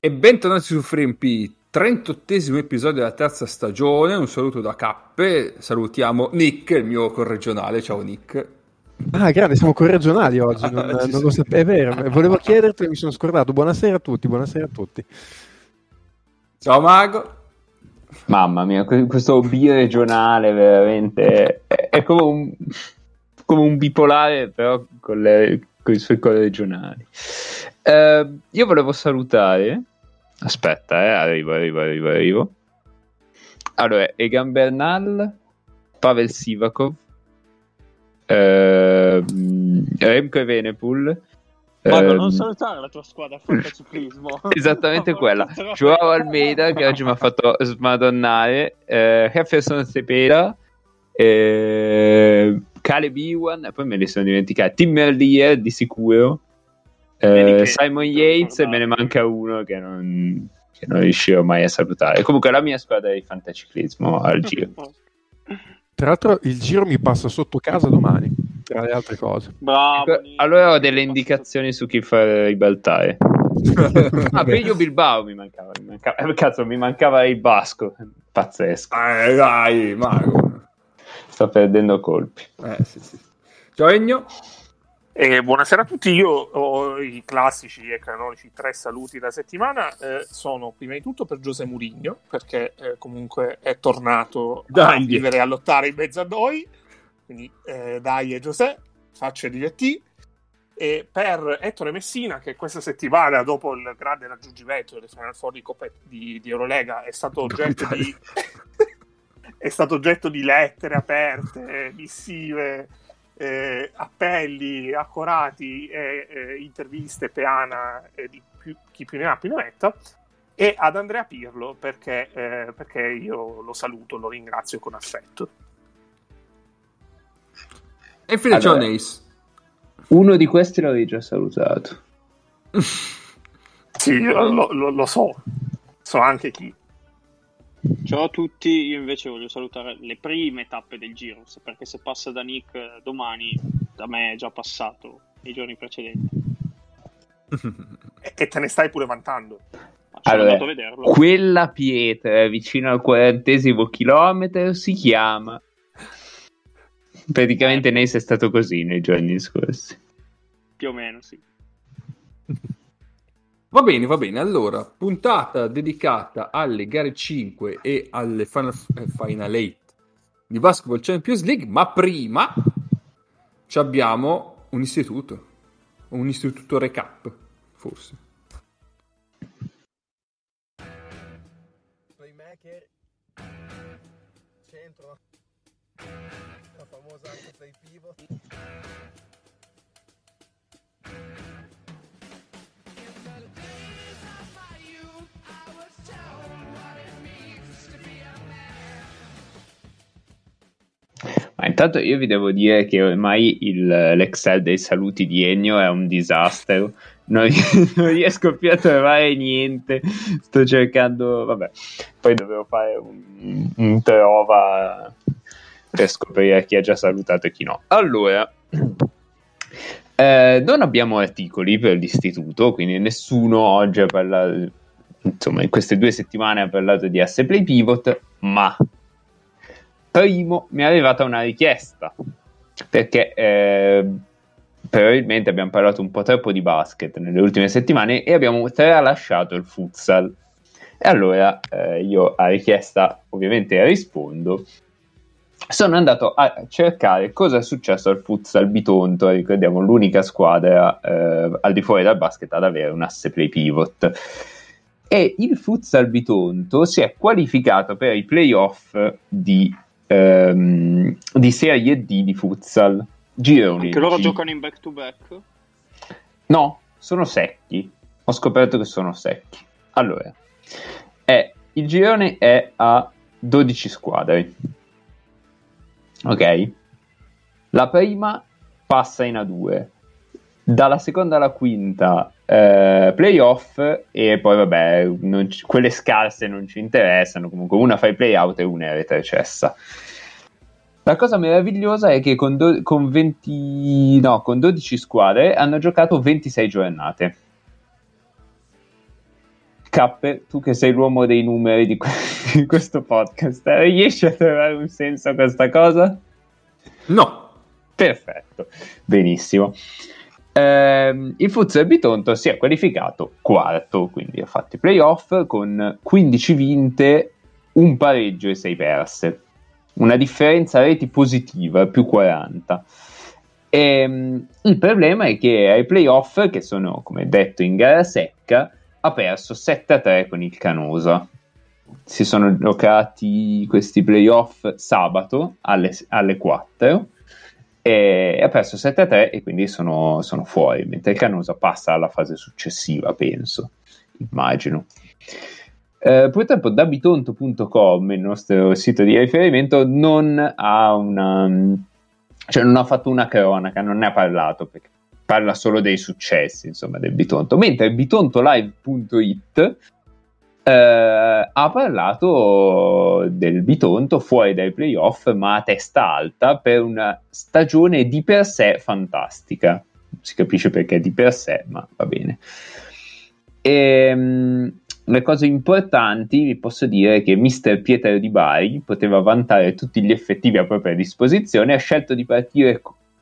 E bentornati su FreeMP, 38esimo episodio della terza stagione. Un saluto da Cappe, salutiamo Nick, il mio corregionale. Ciao Nick. Ah, grande, siamo corregionali oggi, non lo sapevo, è vero, volevo chiederti e mi sono scordato. Buonasera a tutti, buonasera a tutti. Ciao Mago. Mamma mia, questo biregionale veramente è come un bipolare, però con i suoi corregionali. Io volevo salutare. Aspetta, arrivo. Allora, Egan Bernal, Pavel Sivakov, Remco Evenepoel. Mago, non salutare la tua squadra a fantaciclismo. Esattamente quella. Joao Almeida, che oggi mi ha fatto smadonnare, Jefferson Cepeda, Caleb Ewan, e poi me li sono dimenticati. Tim Merlier di sicuro, Simon Yates, e me ne manca uno che non riuscirò mai a salutare. Comunque la mia squadra di fantaciclismo al Giro. Tra l'altro il Giro mi passa sotto casa domani, tra le altre cose. Bravo. Allora ho delle indicazioni su chi fare ribaltare. Pello Bilbao mi mancava. Cazzo, mi mancava il basco. Pazzesco. Dai, Mago. Sto perdendo colpi. Sì. Ciao Egno. Buonasera a tutti. Io ho i classici e canonici 3 saluti da settimana. Sono prima di tutto per José Mourinho, perché comunque è tornato a vivere e a lottare in mezzo a noi. Quindi dai José, faccia divertire. E per Ettore Messina, che questa settimana, dopo il grande raggiungimento delle Final Four di Eurolega, è stato oggetto di lettere aperte, missive, appelli accorati e interviste peana di chi più ne ha più ne metta, e ad Andrea Pirlo perché io lo saluto, lo ringrazio con affetto. E infine ciao Neis. Uno di questi l'avevi già salutato. Sì, lo so anche chi. Ciao a tutti, io invece voglio salutare le prime tappe del Giro, perché se passa da Nick domani, da me è già passato nei giorni precedenti. E te ne stai pure vantando. Ma sono andato a vederlo. Quella pietra vicino al 40° chilometro si chiama... Praticamente Neis è stato così nei giorni scorsi. Più o meno, sì. Va bene. Allora, puntata dedicata alle gare 5 e alle Final 8 di Basketball Champions League, ma prima abbiamo un istituto recap, forse. Playmaker, centro, la famosa anche play pivot. Ma intanto io vi devo dire che ormai l'Excel dei saluti di Ennio è un disastro. Non riesco più a trovare niente. Sto cercando, vabbè, poi dovevo fare un trova per scoprire chi ha già salutato e chi no. Allora, non abbiamo articoli per l'istituto, quindi nessuno oggi ha parlato, insomma in queste 2 settimane ha parlato di asse play pivot, ma primo mi è arrivata una richiesta, perché probabilmente abbiamo parlato un po' troppo di basket nelle ultime settimane e abbiamo tralasciato il futsal. E allora io a richiesta ovviamente rispondo. Sono andato a cercare cosa è successo al futsal Bitonto, ricordiamo l'unica squadra al di fuori dal basket ad avere un asse play pivot. E il futsal Bitonto si è qualificato per i playoff di Serie D di futsal. Gironi. Anche loro giocano in back to back? No, sono secchi. Ho scoperto che sono secchi. Allora, il girone è a 12 squadre. Ok? La prima passa in A2. Dalla seconda alla quinta playoff, e poi vabbè, quelle scarse non ci interessano. Comunque una fa i playout e una è retrocessa. La cosa meravigliosa è che con 12 squadre hanno giocato 26 giornate. Cappe, tu che sei l'uomo dei numeri di questo podcast, riesci a trovare un senso a questa cosa? No. Perfetto, benissimo. Il Futsal Bitonto si è qualificato quarto, quindi ha fatto i playoff con 15 vinte, un pareggio e 6 perse, una differenza reti positiva, più 40. Il problema è che ai playoff, che sono come detto in gara secca, ha perso 7-3 con il Canosa. Si sono giocati questi playoff sabato alle 4 e ha perso 7-3 e quindi sono fuori, mentre il Canosa passa alla fase successiva, penso, immagino. Purtroppo da bitonto.com, il nostro sito di riferimento, non ha non ha fatto una cronaca, non ne ha parlato, perché parla solo dei successi, insomma, del Bitonto, mentre bitontolive.it ha parlato del Bitonto fuori dai playoff, ma a testa alta, per una stagione di per sé fantastica. Non si capisce perché di per sé, ma va bene. Le cose importanti, vi posso dire che Mister Pietro Di Bari poteva vantare tutti gli effettivi a propria disposizione, ha scelto di partire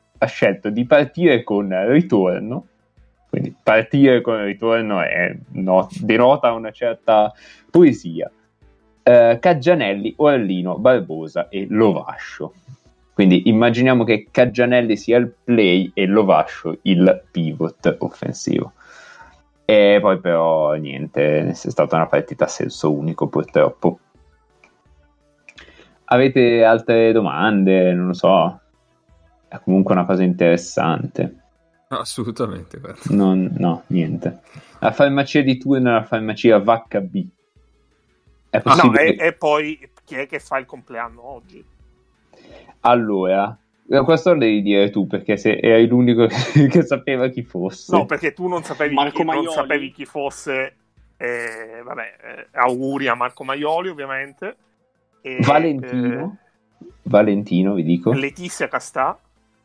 con ritorno. Quindi partire con il ritorno denota una certa poesia. Caggianelli, Orlino, Barbosa e Lovascio. Quindi immaginiamo che Caggianelli sia il play e Lovascio il pivot offensivo. E poi però niente, è stata una partita a senso unico purtroppo. Avete altre domande? Non lo so. È comunque una cosa interessante. Assolutamente. No, niente. La farmacia di turno è la farmacia VHB. È possibile? No, e poi chi è che fa il compleanno oggi? Allora, questo lo devi dire tu, perché se eri l'unico che sapeva chi fosse. No, perché tu non sapevi chi fosse. Auguri a Marco Maioli, ovviamente. Valentino, vi dico. Letizia Castà,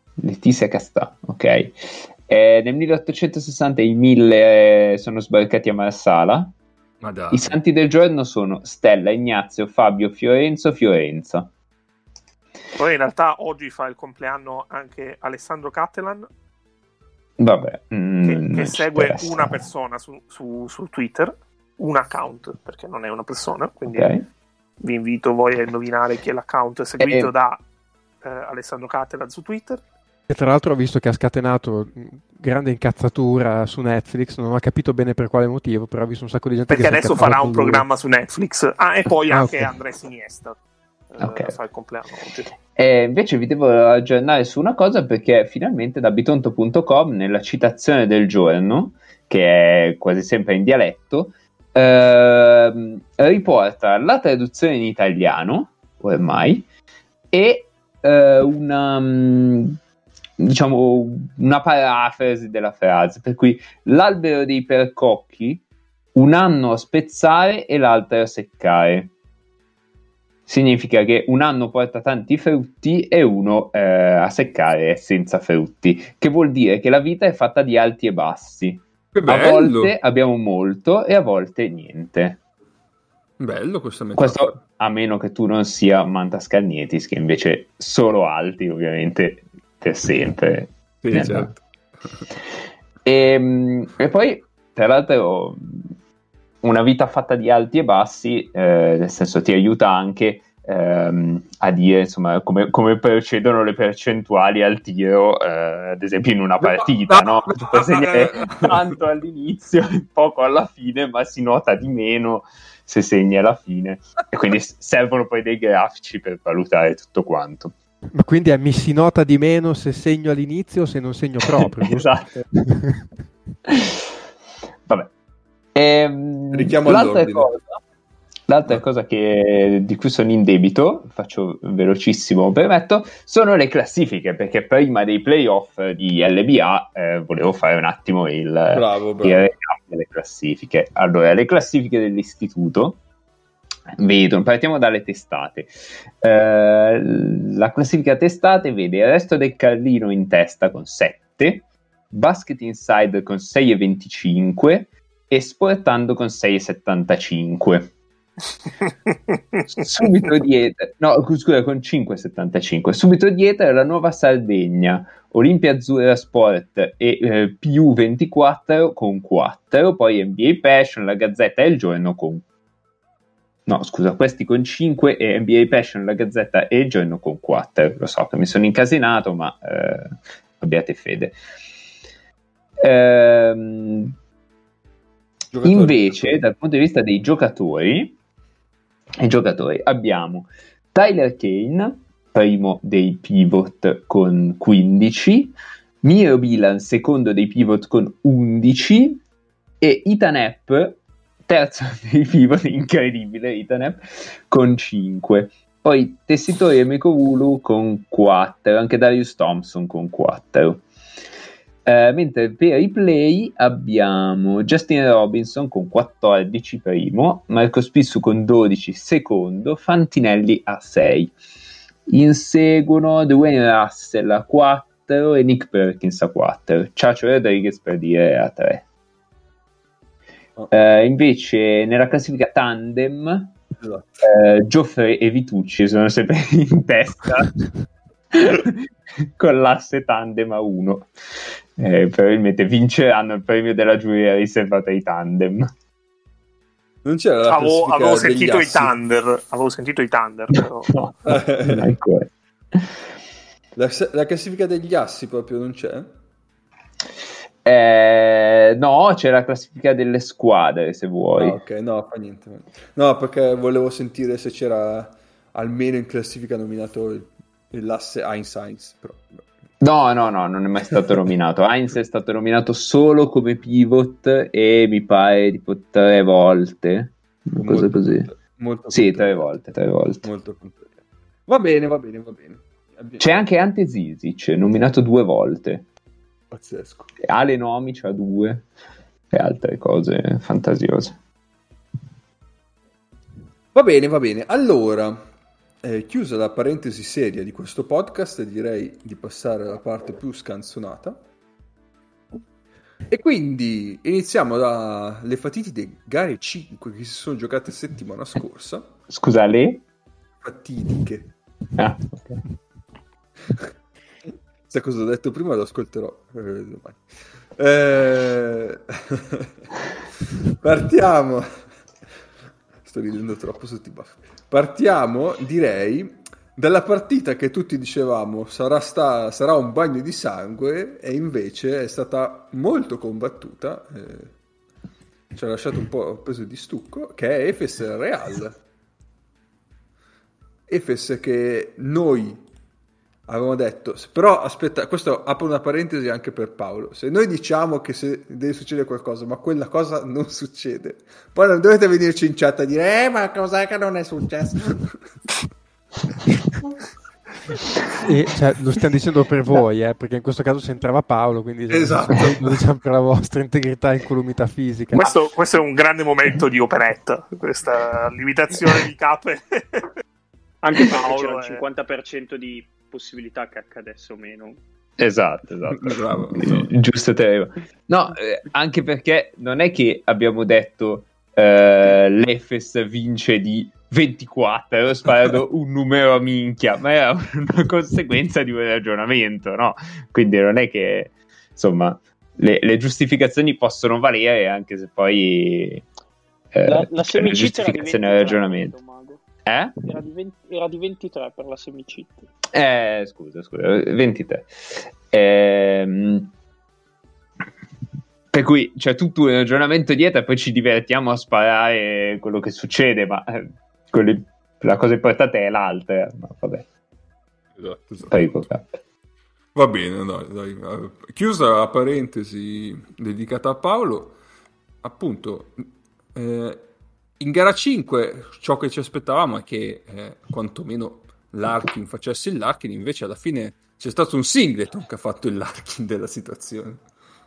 ok. Nel 1860 i 1000 sono sbarcati a Marsala. Ma dai. I santi del giorno sono Stella, Ignazio, Fabio, Fiorenzo, Fiorenza. Poi in realtà oggi fa il compleanno anche Alessandro Cattelan. Vabbè, che segue una persona su Twitter, un account, perché non è una persona, quindi okay. Vi invito voi a indovinare chi è l'account seguito da Alessandro Cattelan su Twitter. E tra l'altro ho visto che ha scatenato grande incazzatura su Netflix, non ho capito bene per quale motivo, però ho visto un sacco di gente perché che adesso farà un programma su Netflix. E poi anche okay. Andres Iniesta fa il compleanno oggi. Invece vi devo aggiornare su una cosa, perché finalmente da bitonto.com, nella citazione del giorno, che è quasi sempre in dialetto, riporta la traduzione in italiano ormai e una parafrasi della frase, per cui l'albero dei percocchi, un anno a spezzare e l'altro a seccare. Significa che un anno porta tanti frutti e uno a seccare è senza frutti, che vuol dire che la vita è fatta di alti e bassi. A volte abbiamo molto e a volte niente. Bello questo, a meno che tu non sia Manta Scarnietis, che invece solo alti, ovviamente, per sempre. Sì, certo. E poi, tra l'altro, una vita fatta di alti e bassi, nel senso ti aiuta anche a dire, insomma, come procedono le percentuali al tiro, ad esempio in una partita, no? Tu puoi segnare tanto all'inizio e poco alla fine, ma si nota di meno se segni alla fine, e quindi servono poi dei grafici per valutare tutto quanto. Ma quindi mi si nota di meno se segno all'inizio o se non segno proprio? Esatto. Vabbè. Richiamo all'ordine. L'altra cosa di cui sono in debito, faccio velocissimo, permetto, sono le classifiche, perché prima dei playoff di LBA volevo fare un attimo il recap delle classifiche. Allora, le classifiche dell'istituto partiamo dalle testate. La classifica testate vede il Resto del Carlino in testa con 7, Basket Inside con 6,25, esportando con 6,75. Subito dietro, no, scusa, con 5,75. Subito dietro la Nuova Sardegna, Olimpia Azzurra Sport e PU24 con 4, poi NBA Passion, la Gazzetta e il Giorno con... No, scusa, questi con 5 e NBA Passion, la Gazzetta e il Giorno con 4. Lo so che mi sono incasinato, ma abbiate fede. Invece, dal punto di vista dei giocatori, abbiamo Tyler Kane, primo dei pivot con 15, Miro Bilan, secondo dei pivot con 11, e Ethan App, terzo dei pivot, incredibile Ethan App, con 5. Poi Tessitori e Mekovulu con 4, anche Darius Thompson con 4. Mentre per i play abbiamo Justin Robinson con 14 primo, Marco Spissu con 12 secondo, Fantinelli a 6. Inseguono Dwayne Russell a 4 e Nick Perkins a 4, Chacho Rodriguez per dire a 3. Invece nella classifica tandem Geoffrey e Vitucci sono sempre in testa con l'asse tandem a 1. Probabilmente vinceranno il premio della giuria riservato ai tandem. Non c'era la avevo sentito assi. Avevo sentito i Thunder però. No, non ancora. La classifica degli assi proprio non c'è? No, c'è la classifica delle squadre se vuoi. Ok, no, fa niente. No, perché volevo sentire se c'era almeno in classifica nominato l'asse Heinz, però. No, non è mai stato nominato. Heinz è stato nominato solo come pivot e mi pare tipo 3 volte. Una cosa così. Molto sì, 3 volte. Molto puntuale. Va bene. C'è anche Ante Zizic, nominato 2 volte. Pazzesco. Ale Nomi c'ha 2 e altre cose fantasiose. Va bene. Allora, chiusa la parentesi seria di questo podcast, direi di passare alla parte più scanzonata. E quindi iniziamo dalle fatitiche gare 5 che si sono giocate settimana scorsa. Scusa, le? Fatidiche. Ah, ok. Sai cosa ho detto prima? Lo ascolterò domani. Partiamo. Sto ridendo troppo sotto i baffi. Partiamo, direi, dalla partita che tutti dicevamo sarà un bagno di sangue, e invece è stata molto combattuta. Ci ha lasciato un po' preso di stucco, che è Efes Real. Efes che noi avevamo detto, però aspetta, questo apre una parentesi anche per Paolo. Se noi diciamo che se deve succedere qualcosa, ma quella cosa non succede, poi non dovete venirci in chat a dire ma cos'è che non è successo? Cioè, lo stiamo dicendo per voi, perché in questo caso c'entrava Paolo, quindi esatto. Lo diciamo per la vostra integrità e incolumità fisica. Questo è un grande momento di operetta, questa limitazione di cape. Anche Paolo c'era il 50% di possibilità che accadesse o meno. Esatto. Bravo. Giusto te. No, anche perché non è che abbiamo detto l'Efes vince di 24, ho sparato un numero a minchia, ma era una conseguenza di un ragionamento, no? Quindi non è che, insomma, le giustificazioni possono valere anche se poi la semicita era di 23, ragionamento. Era di 23 per la semicit. Scusa, 23. Per cui c'è tutto un ragionamento dietro e poi ci divertiamo a sparare quello che succede, ma la cosa importante è l'altra. Ma vabbè. Esatto. Prego, va bene, dai. Chiusa la parentesi dedicata a Paolo, appunto, in gara 5 ciò che ci aspettavamo è che quantomeno Larkin facesse il Larkin, invece alla fine c'è stato un Singleton che ha fatto il Larkin della situazione.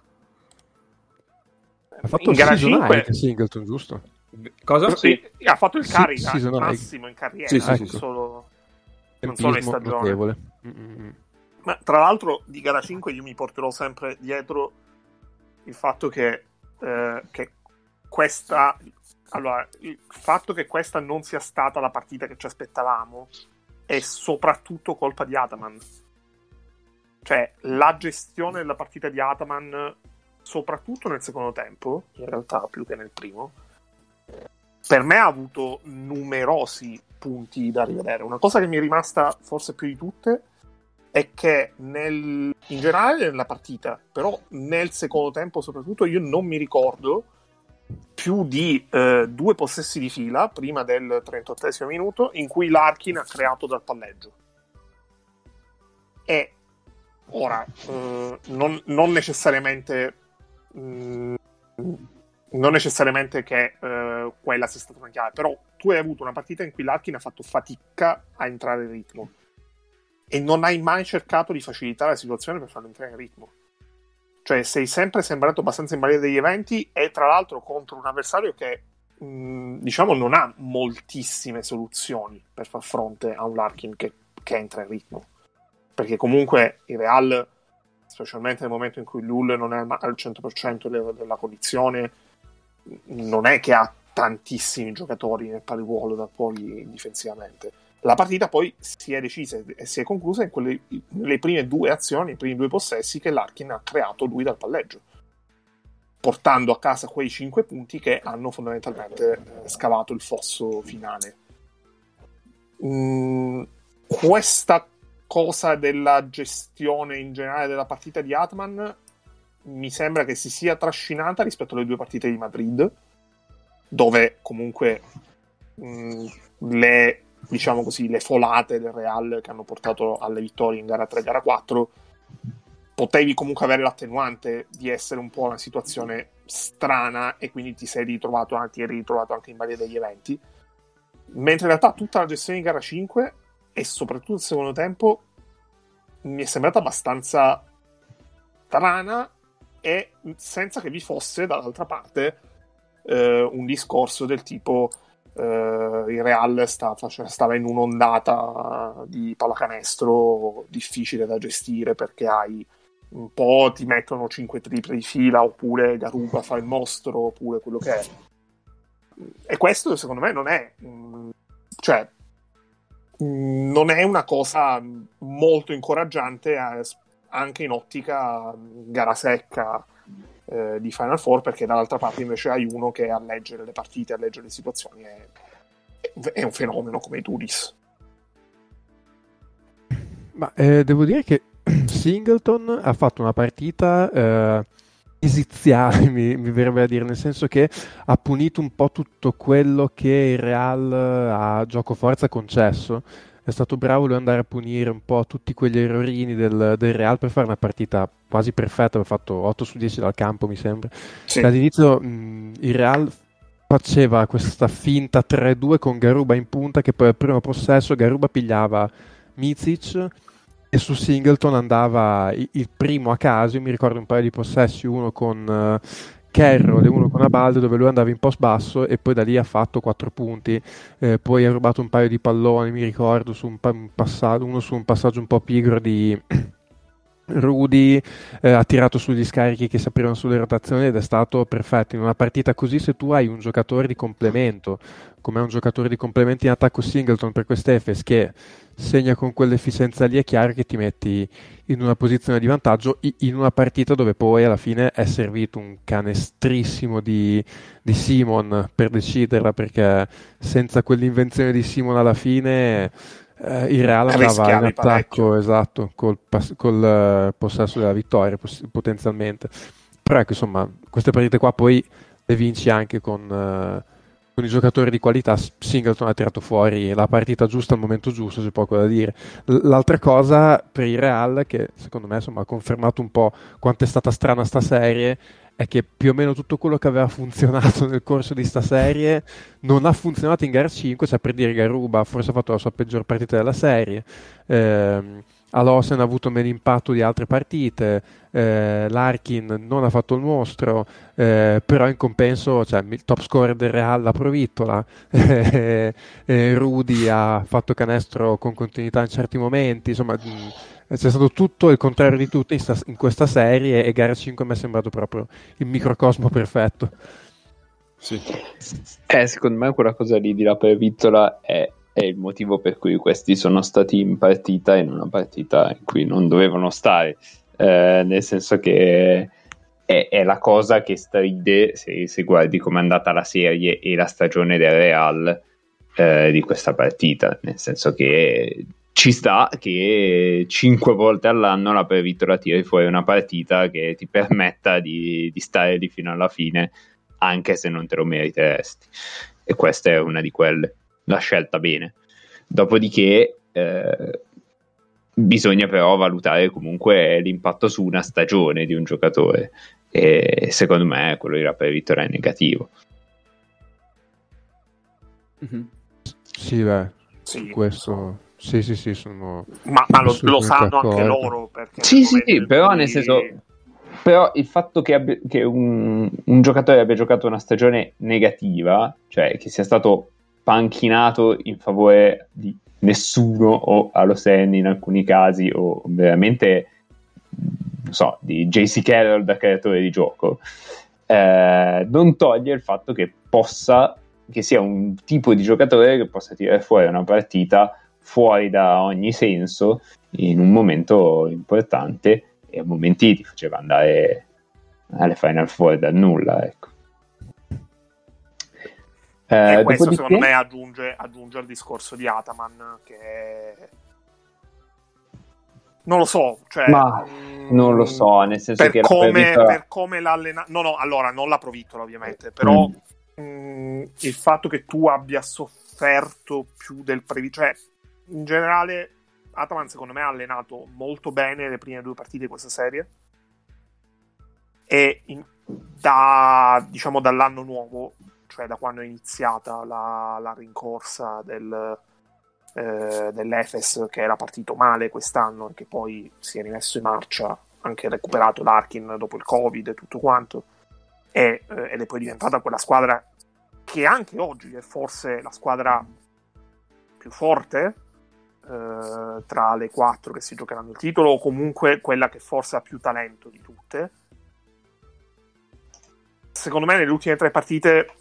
Ha fatto in gara season 5 high, Singleton, giusto? Cosa? Sì, ha fatto il carry season massimo in carriera, Sì, non sì. solo in stagione. Notevole. Ma tra l'altro di gara 5 io mi porterò sempre dietro il fatto che allora, il fatto che questa non sia stata la partita che ci aspettavamo è soprattutto colpa di Ataman. Cioè, la gestione della partita di Ataman, soprattutto nel secondo tempo, in realtà più che nel primo, per me ha avuto numerosi punti da rivedere. Una cosa che mi è rimasta forse più di tutte è che in generale nella partita, però nel secondo tempo soprattutto, io non mi ricordo più di 2 possessi di fila prima del 38esimo minuto in cui Larkin ha creato dal palleggio. E ora non necessariamente che quella sia stata una chiave, però tu hai avuto una partita in cui Larkin ha fatto fatica a entrare in ritmo e non hai mai cercato di facilitare la situazione per farlo entrare in ritmo. Cioè sei sempre sembrato abbastanza in balia degli eventi, e tra l'altro contro un avversario che diciamo non ha moltissime soluzioni per far fronte a un Larkin che entra in ritmo, perché comunque il Real, specialmente nel momento in cui Lul non è al 100% della condizione, non è che ha tantissimi giocatori nel paliruolo da poi difensivamente. La partita poi si è decisa e si è conclusa nelle prime 2 azioni, i primi 2 possessi che Larkin ha creato lui dal palleggio, portando a casa quei 5 punti che hanno fondamentalmente scavato il fosso finale. Questa cosa della gestione in generale della partita di Atman mi sembra che si sia trascinata rispetto alle 2 partite di Madrid, dove comunque le folate del Real che hanno portato alle vittorie in gara 3 gara 4 potevi comunque avere l'attenuante di essere un po' una situazione strana e quindi ti eri ritrovato anche in balia degli eventi, mentre in realtà tutta la gestione di gara 5 e soprattutto il secondo tempo mi è sembrata abbastanza strana, e senza che vi fosse dall'altra parte un discorso del tipo il Real stava in un'ondata di pallacanestro difficile da gestire perché un po' ti mettono 5 triple di fila, oppure Garuba fa il mostro, oppure quello che è. E questo secondo me non è una cosa molto incoraggiante anche in ottica gara secca di Final Four, perché dall'altra parte invece hai uno che a leggere le partite, a leggere le situazioni è un fenomeno come Itudis. Ma devo dire che Singleton ha fatto una partita esiziale, mi verrebbe a dire, nel senso che ha punito un po' tutto quello che il Real a gioco forza concesso. È stato bravo lui andare a punire un po' tutti quegli errorini del Real per fare una partita quasi perfetta. Ha fatto 8 su 10 dal campo, mi sembra. Sì. Dall'inizio il Real faceva questa finta 3-2 con Garuba in punta, che poi al primo possesso Garuba pigliava Micic e su Singleton andava il primo a caso. Io mi ricordo un paio di possessi, uno con Carroll e uno con Abalde, dove lui andava in post basso e poi da lì ha fatto 4 punti, poi ha rubato un paio di palloni, mi ricordo, su uno su un passaggio un po' pigro di Rudy, ha tirato sugli scarichi che si aprivano sulle rotazioni ed è stato perfetto. In una partita così, se tu hai un giocatore di complemento, come è un giocatore di complemento in attacco Singleton per quest'Efes, che segna con quell'efficienza lì, è chiaro che ti metti in una posizione di vantaggio in una partita dove poi alla fine è servito un canestrissimo di Simon per deciderla, perché senza quell'invenzione di Simon alla fine il Real andava in attacco parecchio. Esatto, col possesso della vittoria potenzialmente. Però ecco, insomma, queste partite qua poi le vinci anche con i giocatori di qualità. Singleton ha tirato fuori la partita giusta al momento giusto, c'è poco da dire. L'altra cosa per il Real, che secondo me insomma ha confermato un po' quanto è stata strana sta serie, è che più o meno tutto quello che aveva funzionato nel corso di sta serie non ha funzionato in gara 5, cioè per dire Garuba forse ha fatto la sua peggior partita della serie, Alosen ha avuto meno impatto di altre partite, Larkin non ha fatto il mostro, però in compenso il top scorer del Real, la Provittola, Rudy ha fatto canestro con continuità in certi momenti, insomma c'è stato tutto il contrario di tutto in questa serie, e gara 5 mi è sembrato proprio il microcosmo perfetto. Sì. Secondo me quella cosa lì di La Pervittola è il motivo per cui questi sono stati in partita in una partita in cui non dovevano stare, nel senso che è la cosa che stride se guardi come è andata la serie e la stagione del Real di questa partita, nel senso che ci sta che 5 volte all'anno La Pervittola tiri fuori una partita che ti permetta di stare lì fino alla fine, anche se non te lo meriteresti, e questa è una di quelle. L'ha scelta bene. Dopodiché bisogna però valutare comunque l'impatto su una stagione di un giocatore, e secondo me quello di La Pervittola è negativo. Mm-hmm. Sì, beh, Sì, questo sì, sono ma lo sanno d'accordo. anche loro, perché Sì, però nel senso, però il fatto che un giocatore abbia giocato una stagione negativa, cioè che sia stato panchinato in favore di nessuno o allo Sen in alcuni casi, o veramente non so, di JC Carroll da creatore di gioco, non toglie il fatto che sia un tipo di giocatore che possa tirare fuori una partita fuori da ogni senso in un momento importante, e a momenti ti faceva andare alle Final Four dal nulla, ecco. E questo secondo me aggiunge al discorso di Ataman, che non lo so, cioè, non lo so, nel senso per che per come l'ha allenato, no, allora non La Provittola ovviamente, però il fatto che tu abbia sofferto più del previsto, cioè in generale Ataman secondo me ha allenato molto bene le prime 2 partite di questa serie, e dall'anno nuovo, cioè da quando è iniziata la rincorsa dell'Efes, che era partito male quest'anno e che poi si è rimesso in marcia, anche recuperato Larkin dopo il Covid e tutto quanto, ed è poi diventata quella squadra che anche oggi è forse la squadra più forte tra le 4 che si giocheranno il titolo, o comunque quella che forse ha più talento di tutte. Secondo me nelle ultime 3 partite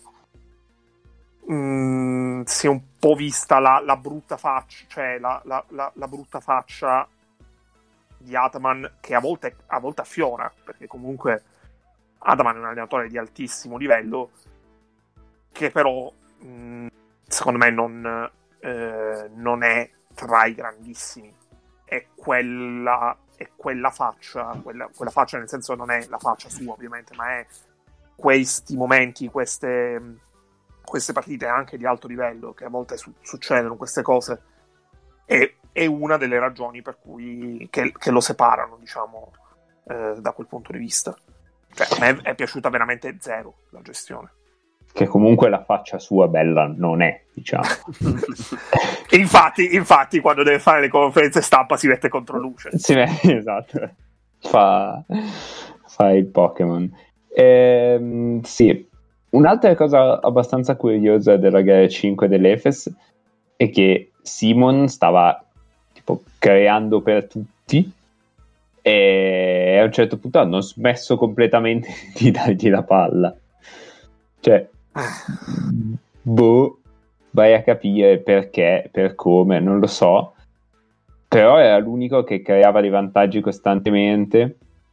si è un po' vista la brutta faccia, cioè la brutta faccia di Ataman, che a volte affiora, perché comunque Ataman è un allenatore di altissimo livello, che però secondo me non è tra i grandissimi. È quella faccia, quella faccia, nel senso, non è la faccia sua ovviamente, ma è questi momenti, queste partite anche di alto livello, che a volte succedono queste cose, è una delle ragioni per cui che lo separano, diciamo, da quel punto di vista. Cioè, a me è piaciuta veramente zero la gestione. Che comunque la faccia sua bella non è, diciamo. infatti quando deve fare le conferenze stampa si mette contro luce. Sì, esatto, fa il Pokémon. Sì, un'altra cosa abbastanza curiosa della gara 5 dell'Efes è che Simon stava tipo creando per tutti, e a un certo punto hanno smesso completamente di dargli la palla. Cioè, vai a capire perché, per come, non lo so, però era l'unico che creava dei vantaggi costantemente,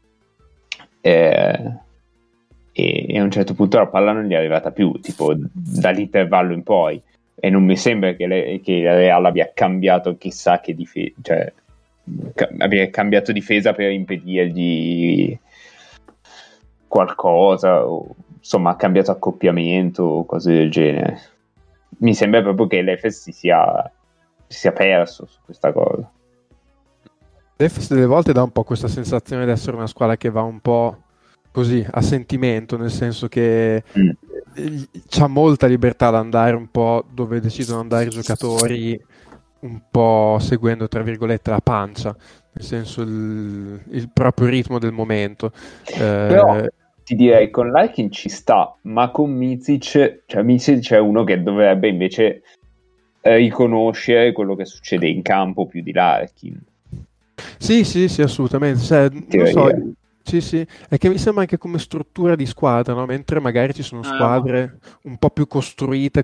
e a un certo punto la palla non gli è arrivata più, tipo dall'intervallo in poi, e non mi sembra che il Real abbia cambiato chissà che difesa, cioè abbia cambiato difesa per impedirgli qualcosa, o insomma ha cambiato accoppiamento o cose del genere. Mi sembra proprio che l'Efes si sia perso su questa cosa. L'Efes delle volte dà un po' questa sensazione di essere una squadra che va un po' così a sentimento, nel senso che c'ha molta libertà ad andare un po' dove decidono andare i giocatori, un po' seguendo tra virgolette la pancia, nel senso il proprio ritmo del momento. Però ti direi con Larkin ci sta, ma con Micic è uno che dovrebbe invece riconoscere quello che succede in campo più di Larkin. Sì, assolutamente. Cioè, non so, Sì, sì, è che mi sembra anche come struttura di squadra, no? Mentre magari ci sono squadre un po' più costruite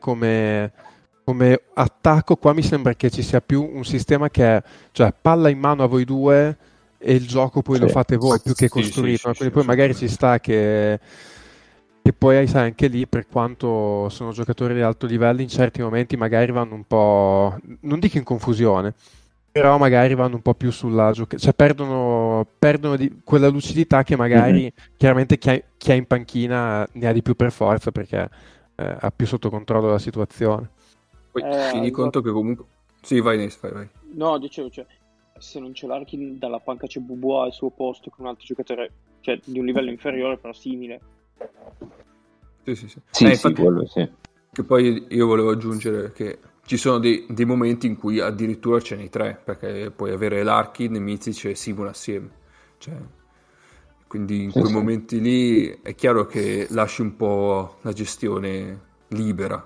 come attacco, qua mi sembra che ci sia più un sistema che è, cioè, palla in mano a voi due e il gioco poi lo fate voi, più che costruito, no? Quindi poi magari ci sta che poi sai, anche lì, per quanto sono giocatori di alto livello, in certi momenti magari vanno un po', non dico in confusione, però magari vanno un po' più sulla cioè perdono di quella lucidità che magari chiaramente chi è in panchina ne ha di più per forza, perché ha più sotto controllo la situazione. Poi tieni conto che comunque... Sì, vai Nes, vai. No, dicevo, cioè, se non c'è l'Arkin, dalla panca c'è Bubois al suo posto con un altro giocatore, cioè, di un livello inferiore, però simile. Sì. Sì, quello sì. Che poi io volevo aggiungere che ci sono dei momenti in cui addirittura ce n'è 3, perché puoi avere Larkin, Mizic e Simon assieme. Cioè, quindi in quei momenti lì è chiaro che lasci un po' la gestione libera.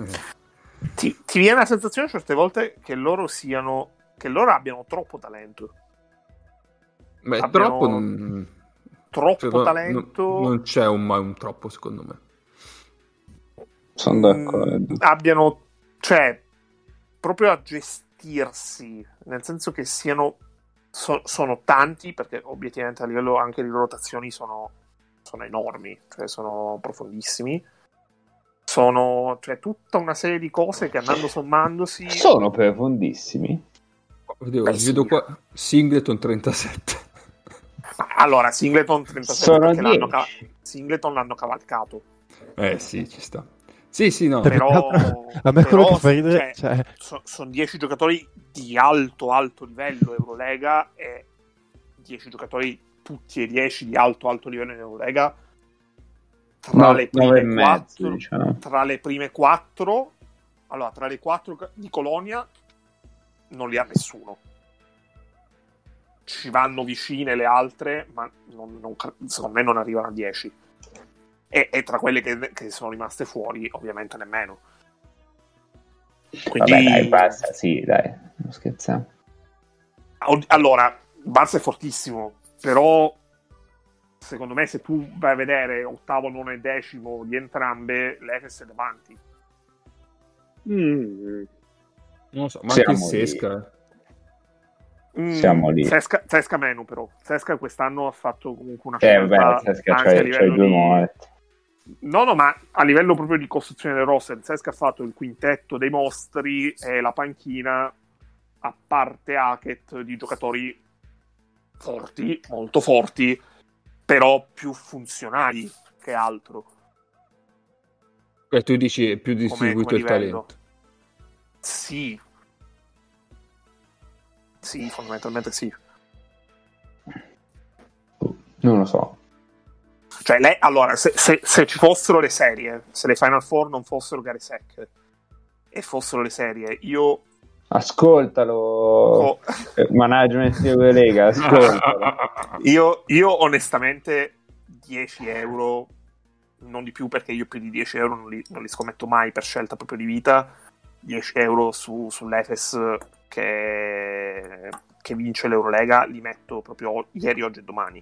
Ti viene la sensazione certe volte che loro abbiano troppo talento. Beh, troppo talento. Non c'è mai un troppo, secondo me. Sono d'accordo. Abbiano, cioè, proprio a gestirsi, nel senso che sono tanti, perché obiettivamente a livello anche di rotazioni sono enormi, cioè sono profondissimi. Cioè, tutta una serie di cose che andando sommandosi sono profondissimi. Vedo qua Singleton 37. Allora, Singleton 37 perché Singleton l'hanno cavalcato. Sì, ci sta. Sì, no. Però a me quello che fa ridere, cioè... sono 10 giocatori di alto livello Eurolega e 10 giocatori tutti e 10 di alto livello in Eurolega. Tra le prime 4, allora tra le 4 di Colonia non li ha nessuno. Ci vanno vicine le altre, ma secondo me non arrivano a 10. E tra quelle che sono rimaste fuori, ovviamente nemmeno. Quindi... Vabbè, dai, basta, sì, dai, non scherziamo. Allora, Barça è fortissimo, però secondo me se tu vai a vedere ottavo, nono e decimo di entrambe, l'Efes è davanti. Non lo so, ma anche il Sesca. Siamo lì. Sesca meno, però. Sesca quest'anno ha fatto comunque una scelta Sesca anche a livello due morti. No, ma a livello proprio di costruzione del roster, Sesca ha fatto il quintetto dei mostri e la panchina, a parte Hackett, di giocatori forti, molto forti, però più funzionali che altro. Tu dici è più distribuito il talento. Sì, fondamentalmente sì. Non lo so. Cioè, allora, se ci fossero le serie, se le Final Four non fossero gare secche e fossero le serie, io... Ascoltalo, management di Eurolega, ascoltalo. Io onestamente 10 euro, non di più, perché io più di 10 euro non li scommetto mai per scelta proprio di vita. 10 euro sull'Efes che vince l'Eurolega li metto proprio ieri, oggi e domani.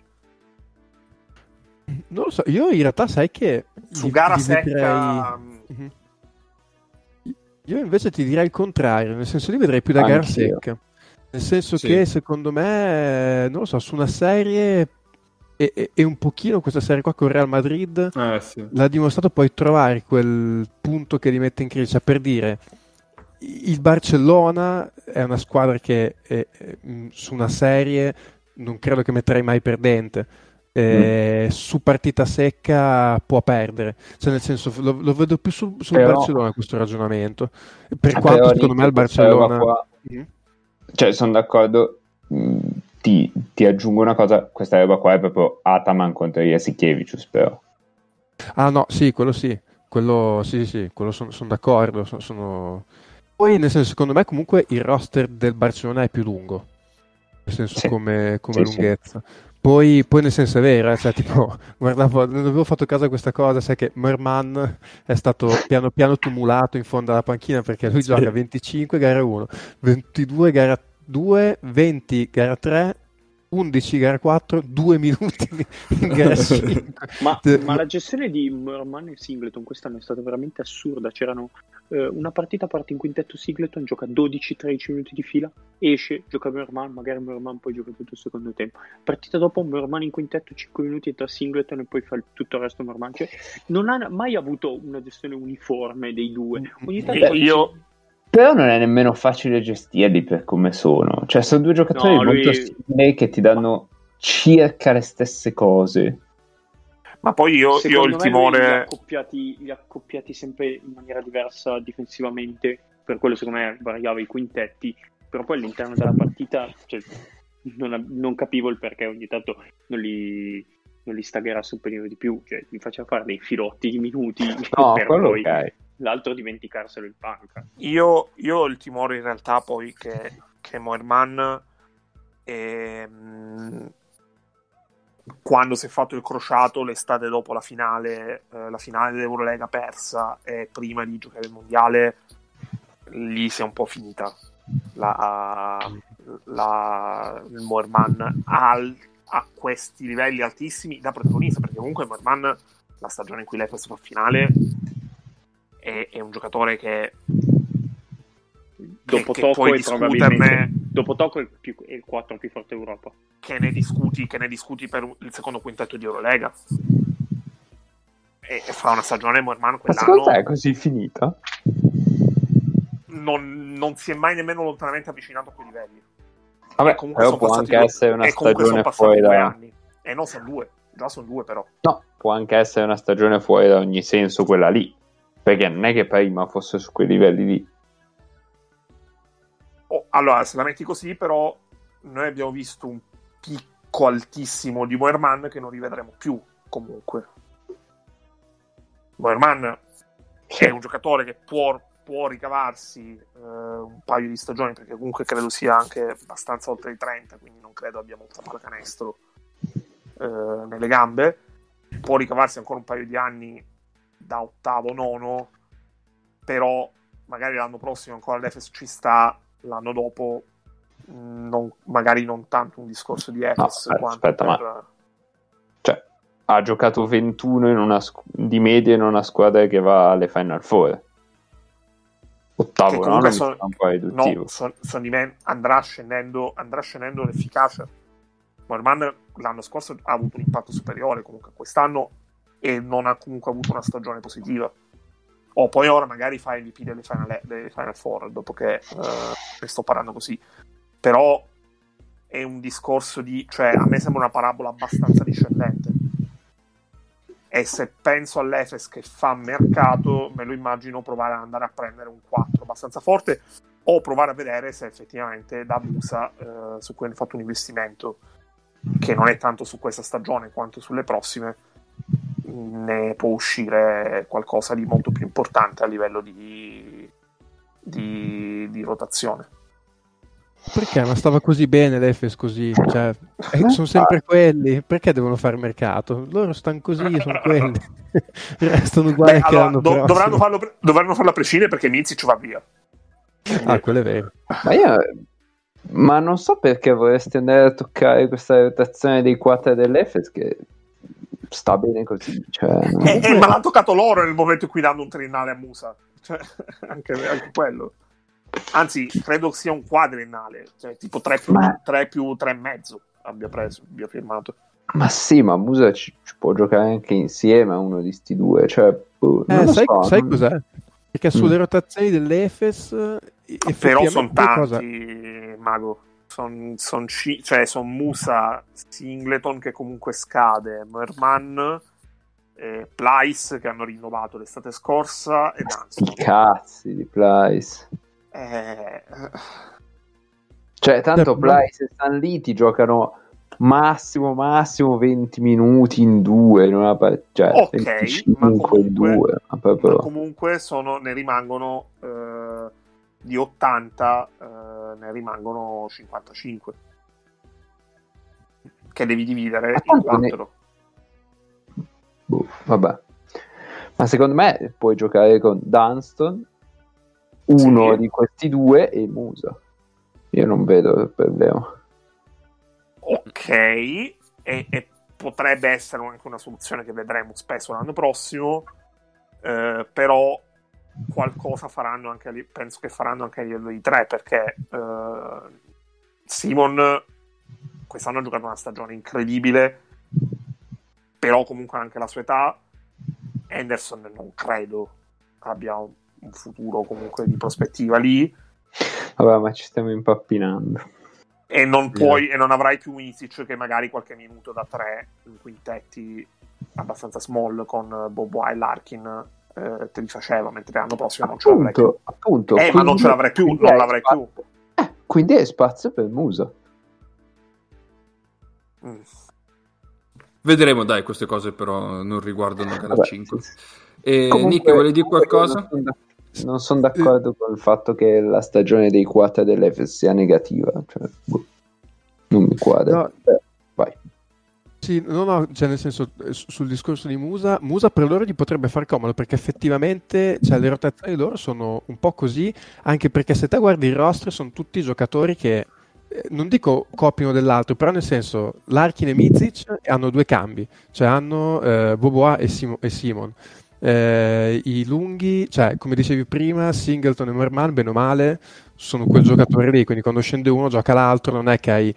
Non lo so, io in realtà sai che su gara secca io invece ti direi il contrario, nel senso li vedrei più da gara secca, nel senso che secondo me, non lo so, su una serie e un pochino questa serie qua con Real Madrid l'ha dimostrato, poi trovare quel punto che li mette in crisi, cioè, per dire, il Barcellona è una squadra che su una serie non credo che metterei mai perdente. Su partita secca può perdere, cioè nel senso lo vedo più sul Barcellona questo ragionamento, per quanto secondo me il Barcellona cioè sono d'accordo. Ti aggiungo una cosa, questa roba qua è proprio Ataman contro Jasikevičius, però no, sì, quello sì, quello sono d'accordo, poi nel senso, secondo me comunque il roster del Barcellona è più lungo, nel senso come lunghezza. Poi nel senso è vero, cioè tipo, guardavo, non avevo fatto caso a questa cosa, sai che Merman è stato piano piano tumulato in fondo alla panchina, perché lui gioca 25 gara 1, 22 gara 2, 20 gara 3 11 gara 4, 2 minuti in gara 5. Ma la gestione di Merman e Singleton quest'anno è stata veramente assurda. C'erano una partita parte in quintetto Singleton, gioca 12-13 minuti di fila, esce, gioca Merman, magari Merman poi gioca tutto il secondo tempo. Partita dopo Merman in quintetto 5 minuti entra Singleton e poi fa tutto il resto Merman. Cioè, non ha mai avuto una gestione uniforme dei due. Ogni tanto però non è nemmeno facile gestirli per come sono. Cioè, sono due giocatori molto simili che ti danno circa le stesse cose. Ma poi io ho il timore... Li ha accoppiati sempre in maniera diversa difensivamente, per quello secondo me variava i quintetti, però poi all'interno della partita non capivo il perché ogni tanto non li stagherasse un pelino di più, cioè li faceva fare dei filotti di minuti per poi l'altro dimenticarselo in panca. Io ho il timore in realtà poi che Moerman quando si è fatto il crociato l'estate dopo la finale dell'Eurolega persa e prima di giocare il mondiale, lì si è un po' finita il Moerman a questi livelli altissimi da protagonista, perché comunque Moerman la stagione in cui l'Efes fa finale è un giocatore che dopo Tocco è probabilmente dopo Tocco è il 4 più forte d'Europa, che ne discuti per il secondo quintetto di Eurolega e fa una stagione Moerman quell'anno. Ma secondo te è così finita? Non si è mai nemmeno lontanamente avvicinato a quei livelli. Vabbè, però può anche essere una stagione fuori da 2 anni. No, sono due però. No, può anche essere una stagione fuori da ogni senso quella lì, perché non è che prima fosse su quei livelli lì. Allora, se la metti così, però noi abbiamo visto un picco altissimo di Moerman che non rivedremo più comunque. Moerman è un giocatore che può ricavarsi un paio di stagioni, perché comunque credo sia anche abbastanza oltre i 30, quindi non credo abbia molto canestro nelle gambe. Può ricavarsi ancora un paio di anni da ottavo, nono, però magari l'anno prossimo ancora l'Efes ci sta, l'anno dopo magari non tanto un discorso di Efes quanto cioè, ha giocato 21 di media in una squadra che va alle Final Four. Ottavo, no? Un po' riduttivo. Andrà scendendo l'efficacia. Moerman l'anno scorso ha avuto un impatto superiore comunque quest'anno e non ha comunque avuto una stagione positiva. Poi ora magari fa MVP delle Final Four, dopo che ne sto parlando così. Però è un discorso cioè a me sembra una parabola abbastanza discendente. E se penso all'Efes che fa mercato, me lo immagino provare ad andare a prendere un 4 abbastanza forte, o provare a vedere se effettivamente da Musa, su cui hanno fatto un investimento che non è tanto su questa stagione quanto sulle prossime, ne può uscire qualcosa di molto più importante a livello di rotazione. Perché? Ma stava così bene l'Efes così, cioè, sono sempre quelli, perché devono fare mercato? Loro stanno così, sono quelli, restano uguali che l'anno prossimo. Dovranno farlo a prescindere perché Mizic va via. Quello è vero. Ma non so perché vorresti andare a toccare questa rotazione dei 4 dell'Efes, che sta bene così, cioè, ma l'hanno toccato loro nel momento in cui danno un triennale a Musa, cioè, anche quello. Anzi, credo sia un quadriennale, cioè tipo 3 più 3,5 abbia firmato. Ma sì, ma Musa ci può giocare anche insieme a uno di sti due, cioè, sai cos'è? Perché sulle rotazioni dell'Efes però sono tanti, Mago. Sono Musa, Singleton che comunque scade, Merman, Plyce che hanno rinnovato l'estate scorsa e Dunston. Cazzi di Plyce. Cioè, tanto Plyce e Stan Lee ti giocano massimo 20 minuti in due in una cioè, ok, 25 in due, ma comunque ne rimangono di 80 ne rimangono 55 che devi dividere in 4. Vabbè, ma secondo me puoi giocare con Dunston, uno di questi due, e Musa. Io non vedo il problema. ok, e potrebbe essere anche una soluzione che vedremo spesso l'anno prossimo, però qualcosa faranno anche penso che faranno anche a livello di 3, perché Simon quest'anno ha giocato una stagione incredibile, però comunque anche la sua età. Anderson non credo abbia un futuro comunque di prospettiva lì. Vabbè, ma ci stiamo impappinando. E non puoi, e non avrai più Micic che magari qualche minuto da 3 in quintetti abbastanza small con Bobois e Larkin te li faceva, mentre l'anno prossimo non ce l'avrai più. Appunto, ma non ce l'avrai più, non l'avrai più. Quindi è spazio per Musa. Vedremo, dai, queste cose però non riguardano gara 5. Sì. E Comunque, Nick, vuoi dire qualcosa? Non sono d'accordo con il fatto che la stagione dei quarter dell'Efes sia negativa, cioè, non mi quadra. No. Vai. Sì, no, cioè nel senso, sul discorso di Musa per loro gli potrebbe far comodo, perché effettivamente, cioè, le rotazioni loro sono un po' così, anche perché se te guardi il roster sono tutti giocatori che non dico copiano dell'altro, però nel senso Larkin e Micic hanno 2 cambi, cioè hanno Bobois e Simon. I lunghi, cioè come dicevi prima, Singleton e Merman bene o male sono quel giocatore lì, quindi quando scende uno gioca l'altro, non è che hai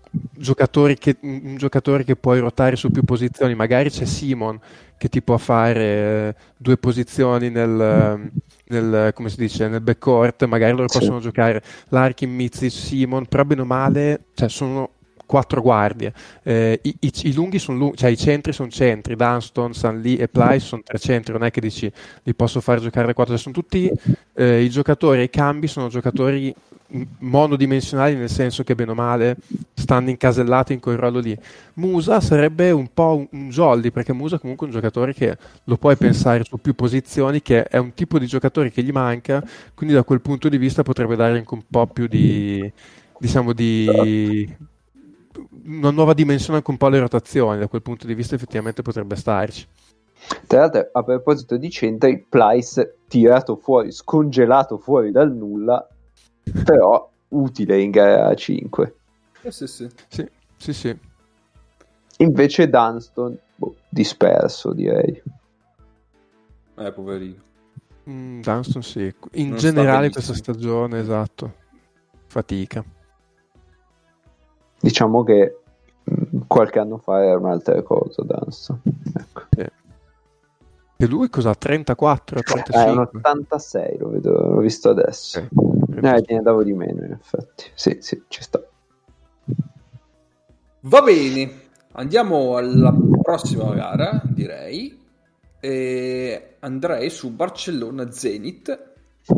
un giocatore che puoi ruotare su più posizioni, magari c'è Simon che ti può fare 2 posizioni nel come si dice, nel backcourt, magari loro possono giocare Larkin, Micic, Simon, però bene o male, cioè sono 4 guardie. I lunghi sono lunghi, cioè i centri sono centri, Dunston, Sanli e Plyce sono 3 centri, non è che dici li posso fare giocare 4, sono tutti i giocatori, i cambi sono giocatori monodimensionali, nel senso che bene o male stanno incasellati in quel ruolo lì. Musa sarebbe un po' un jolly, perché Musa comunque è un giocatore che lo puoi pensare su più posizioni, che è un tipo di giocatore che gli manca, quindi da quel punto di vista potrebbe dare anche un po' più di, diciamo, di una nuova dimensione anche un po' alle rotazioni. Da quel punto di vista effettivamente potrebbe starci. Tra l'altro, a proposito di centri, Plyce tirato fuori, scongelato fuori dal nulla, però utile in gara 5. Sì. Invece Dunston, disperso, direi. Poverino. Dunston sì. In Non generale questa stagione, esatto, fatica. Diciamo che qualche anno fa era un'altra cosa Dunston. Ecco. Sì. E lui cosa? 34, 35? È un 86, l'ho visto adesso. Ne davo di meno, in effetti. Sì, ci sta. Va bene, andiamo alla prossima gara, direi. E andrei su Barcellona Zenit,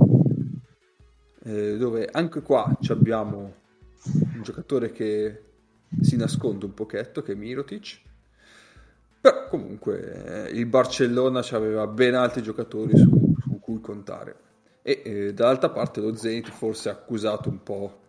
dove anche qua abbiamo un giocatore che si nasconde un pochetto, che è Mirotic. Però comunque il Barcellona aveva ben altri giocatori su cui contare. E dall'altra parte lo Zenit forse ha accusato un po'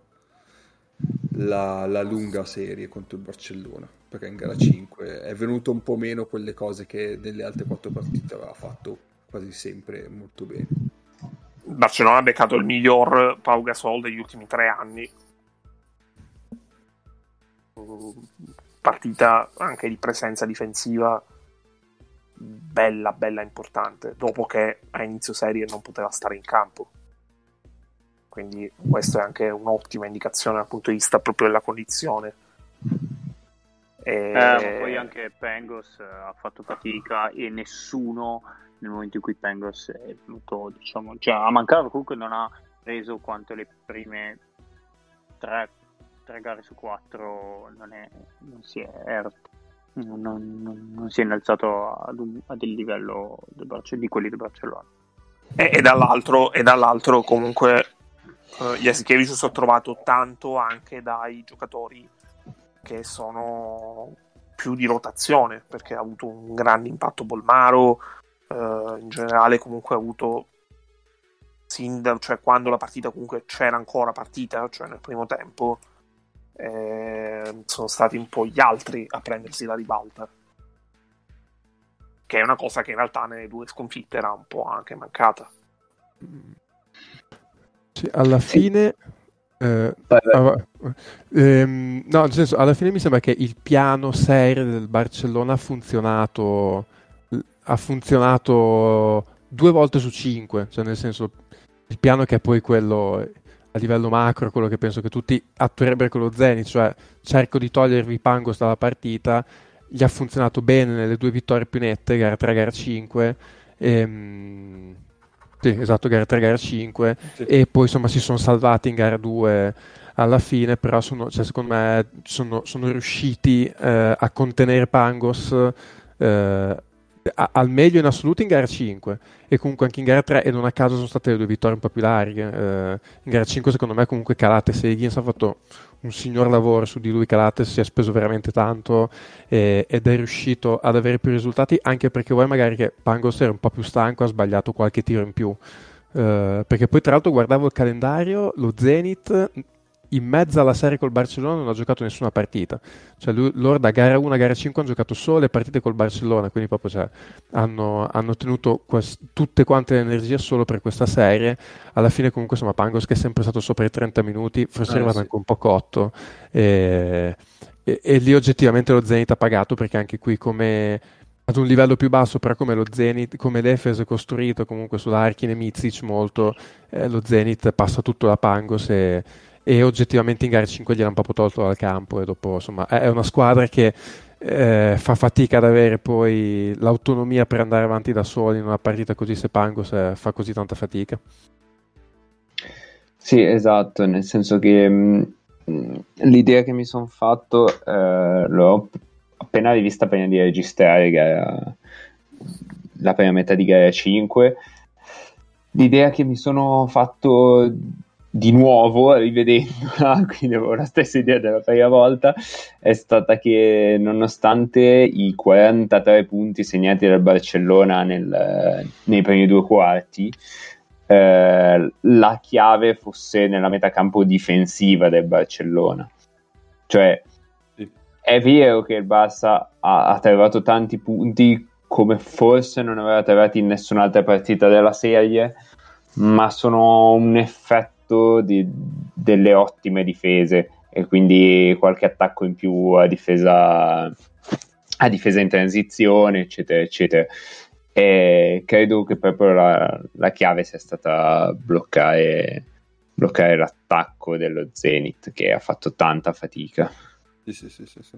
la lunga serie contro il Barcellona, perché in gara 5 è venuto un po' meno quelle cose che nelle altre 4 partite aveva fatto quasi sempre molto bene. Il Barcellona ha beccato il miglior Pau Gasol degli ultimi 3 anni. Partita anche di presenza difensiva bella importante, dopo che a inizio serie non poteva stare in campo, quindi questo è anche un'ottima indicazione dal punto di vista proprio della condizione. Ma poi anche Pangos ha fatto fatica, e nessuno nel momento in cui Pangos è venuto, diciamo, cioè a mancare comunque non ha reso quanto le prime 3 gare su 4 non si è non si è innalzato ad il livello di quelli del Barcellona. E dall'altro comunque Jasikevičius ha trovato tanto anche dai giocatori che sono più di rotazione, perché ha avuto un grande impatto Bolmaro, in generale comunque ha avuto cioè quando la partita comunque c'era ancora partita, cioè nel primo tempo, sono stati un po' gli altri a prendersi la ribalta, che è una cosa che in realtà nelle 2 sconfitte era un po' anche mancata. Sì, alla fine No, nel senso, alla fine mi sembra che il piano serie del Barcellona ha funzionato 2 volte su 5, cioè nel senso il piano che è poi quello a livello macro, quello che penso che tutti attuerebbero con lo Zenit, cioè cerco di togliervi Pangos dalla partita, gli ha funzionato bene nelle 2 vittorie più nette, gara 3, gara 5, sì, esatto, gara 3, gara 5, sì. E poi insomma si sono salvati in gara 2 alla fine, però secondo me sono riusciti a contenere Pangos al meglio in assoluto in gara 5 e comunque anche in gara 3, e non a caso sono state le 2 vittorie un po' più larghe. In gara 5 secondo me comunque Calates e Higgins ha fatto un signor lavoro su di lui. Calates si è speso veramente tanto ed è riuscito ad avere più risultati, anche perché vuoi magari che Pangos era un po' più stanco, ha sbagliato qualche tiro in più, perché poi tra l'altro guardavo il calendario, lo Zenit in mezzo alla serie col Barcellona non ha giocato nessuna partita, cioè loro da gara 1 a gara 5 hanno giocato solo le partite col Barcellona, quindi proprio cioè, hanno tenuto tutte quante le energie solo per questa serie. Alla fine comunque insomma Pangos, che è sempre stato sopra i 30 minuti, forse è arrivato anche un po' cotto, e lì oggettivamente lo Zenit ha pagato, perché anche qui come ad un livello più basso, però come lo Zenit, come l'Efes è costruito comunque sull'Arkin e Micic molto, lo Zenit passa tutto da Pangos e oggettivamente in gara 5 gliel'hanno proprio tolto dal campo, e dopo insomma è una squadra che fa fatica ad avere poi l'autonomia per andare avanti da soli in una partita così, se Pangos fa così tanta fatica. Sì, esatto, nel senso che l'idea che mi sono fatto l'ho appena rivista prima di registrare la prima metà di gara 5. L'idea che mi sono fatto di nuovo rivedendola, quindi avevo la stessa idea della prima volta, è stata che nonostante i 43 punti segnati dal Barcellona nei primi 2 quarti, la chiave fosse nella metacampo difensiva del Barcellona. Cioè sì, è vero che il Barça ha trovato tanti punti come forse non aveva trovati in nessun'altra partita della serie, ma sono un effetto delle ottime difese, e quindi qualche attacco in più a difesa in transizione, eccetera eccetera. E credo che proprio la chiave sia stata bloccare l'attacco dello Zenit, che ha fatto tanta fatica. Sì.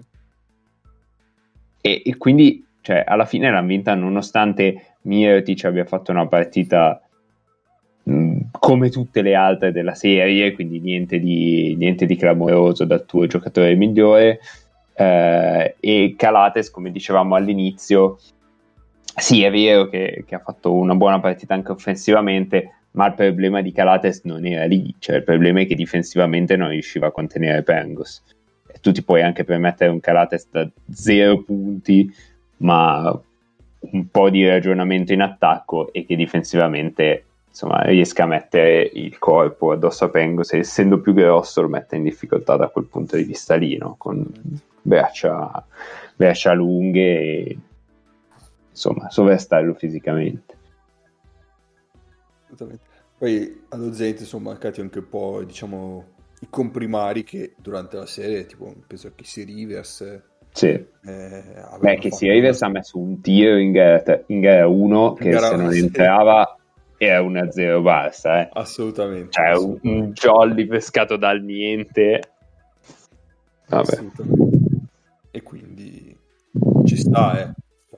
E quindi cioè, alla fine l'hanno vinta nonostante Mirotic abbia fatto una partita come tutte le altre della serie, quindi niente di clamoroso dal tuo giocatore migliore, e Calates, come dicevamo all'inizio, sì, è vero che ha fatto una buona partita anche offensivamente, ma il problema di Calates non era lì, cioè il problema è che difensivamente non riusciva a contenere Pangos. E tu ti puoi anche permettere un Calates da 0 punti, ma un po' di ragionamento in attacco, e che difensivamente insomma riesca a mettere il corpo addosso a Pangos, e essendo più grosso lo mette in difficoltà da quel punto di vista lì, no? Con braccia lunghe e insomma sovrarstarlo fisicamente. Assolutamente. Poi allo Zenit sono mancati anche un po', diciamo, i comprimari che durante la serie, tipo penso che si Rivers, sì, che si Rivers ha messo un tiro in gara 1 che se non entrava era 1-0 Barça, assolutamente, cioè un jolly pescato dal niente. Vabbè. E quindi ci sta,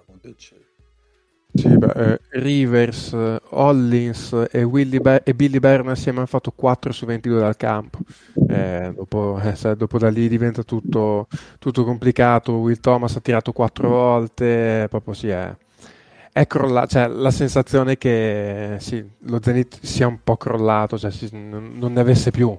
Sì, Rivers, Hollins e Billy Byrne assieme hanno fatto 4 su 22 dal campo. Dopo da lì diventa tutto complicato. Will Thomas ha tirato 4 volte, proprio sì, è crollato, cioè la sensazione che sì, lo Zenit sia un po' crollato, cioè non ne avesse più.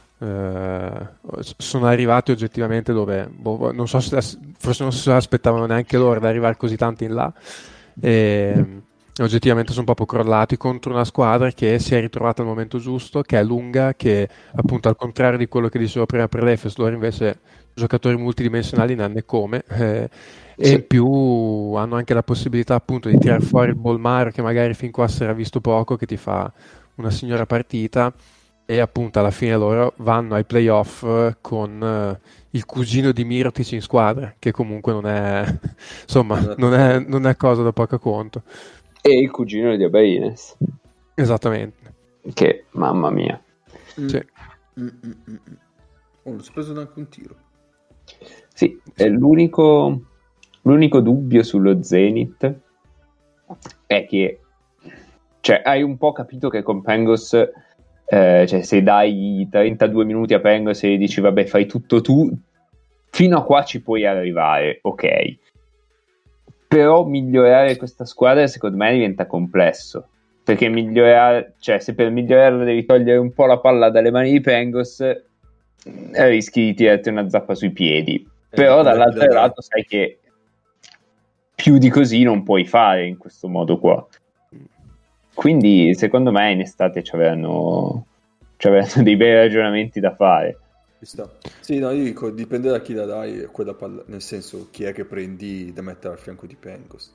Sono arrivati oggettivamente dove non so forse non si aspettavano neanche loro ad arrivare così tanto in là, e oggettivamente sono proprio crollati contro una squadra che si è ritrovata al momento giusto, che è lunga, che appunto al contrario di quello che dicevo prima per l'Efes, loro invece giocatori multidimensionali ne hanno e come, e in più hanno anche la possibilità appunto di tirare fuori il Bolmaro, che magari fin qua si era visto poco, che ti fa una signora partita, e appunto alla fine loro vanno ai playoff con il cugino di Mirotic in squadra, che comunque non è insomma non è cosa da poco conto. E il cugino di Abrines. Esattamente. Che, mamma mia. Sì. Oh, l'ho preso anche un tiro. Sì, è l'unico dubbio sullo Zenith è che, cioè, hai un po' capito che con Pangos, cioè, se dai 32 minuti a Pangos e gli dici vabbè fai tutto tu, fino a qua ci puoi arrivare, ok. Però migliorare questa squadra secondo me diventa complesso, perché migliorare, cioè se per migliorarla devi togliere un po' la palla dalle mani di Pangos, rischi di tirarti una zappa sui piedi. Però dall'altro lato sai che più di così non puoi fare in questo modo qua. Quindi secondo me in estate ci avranno dei bei ragionamenti da fare. Sì, no, io dico, dipende da chi la dai quella palla, nel senso chi è che prendi da mettere al fianco di Pangos.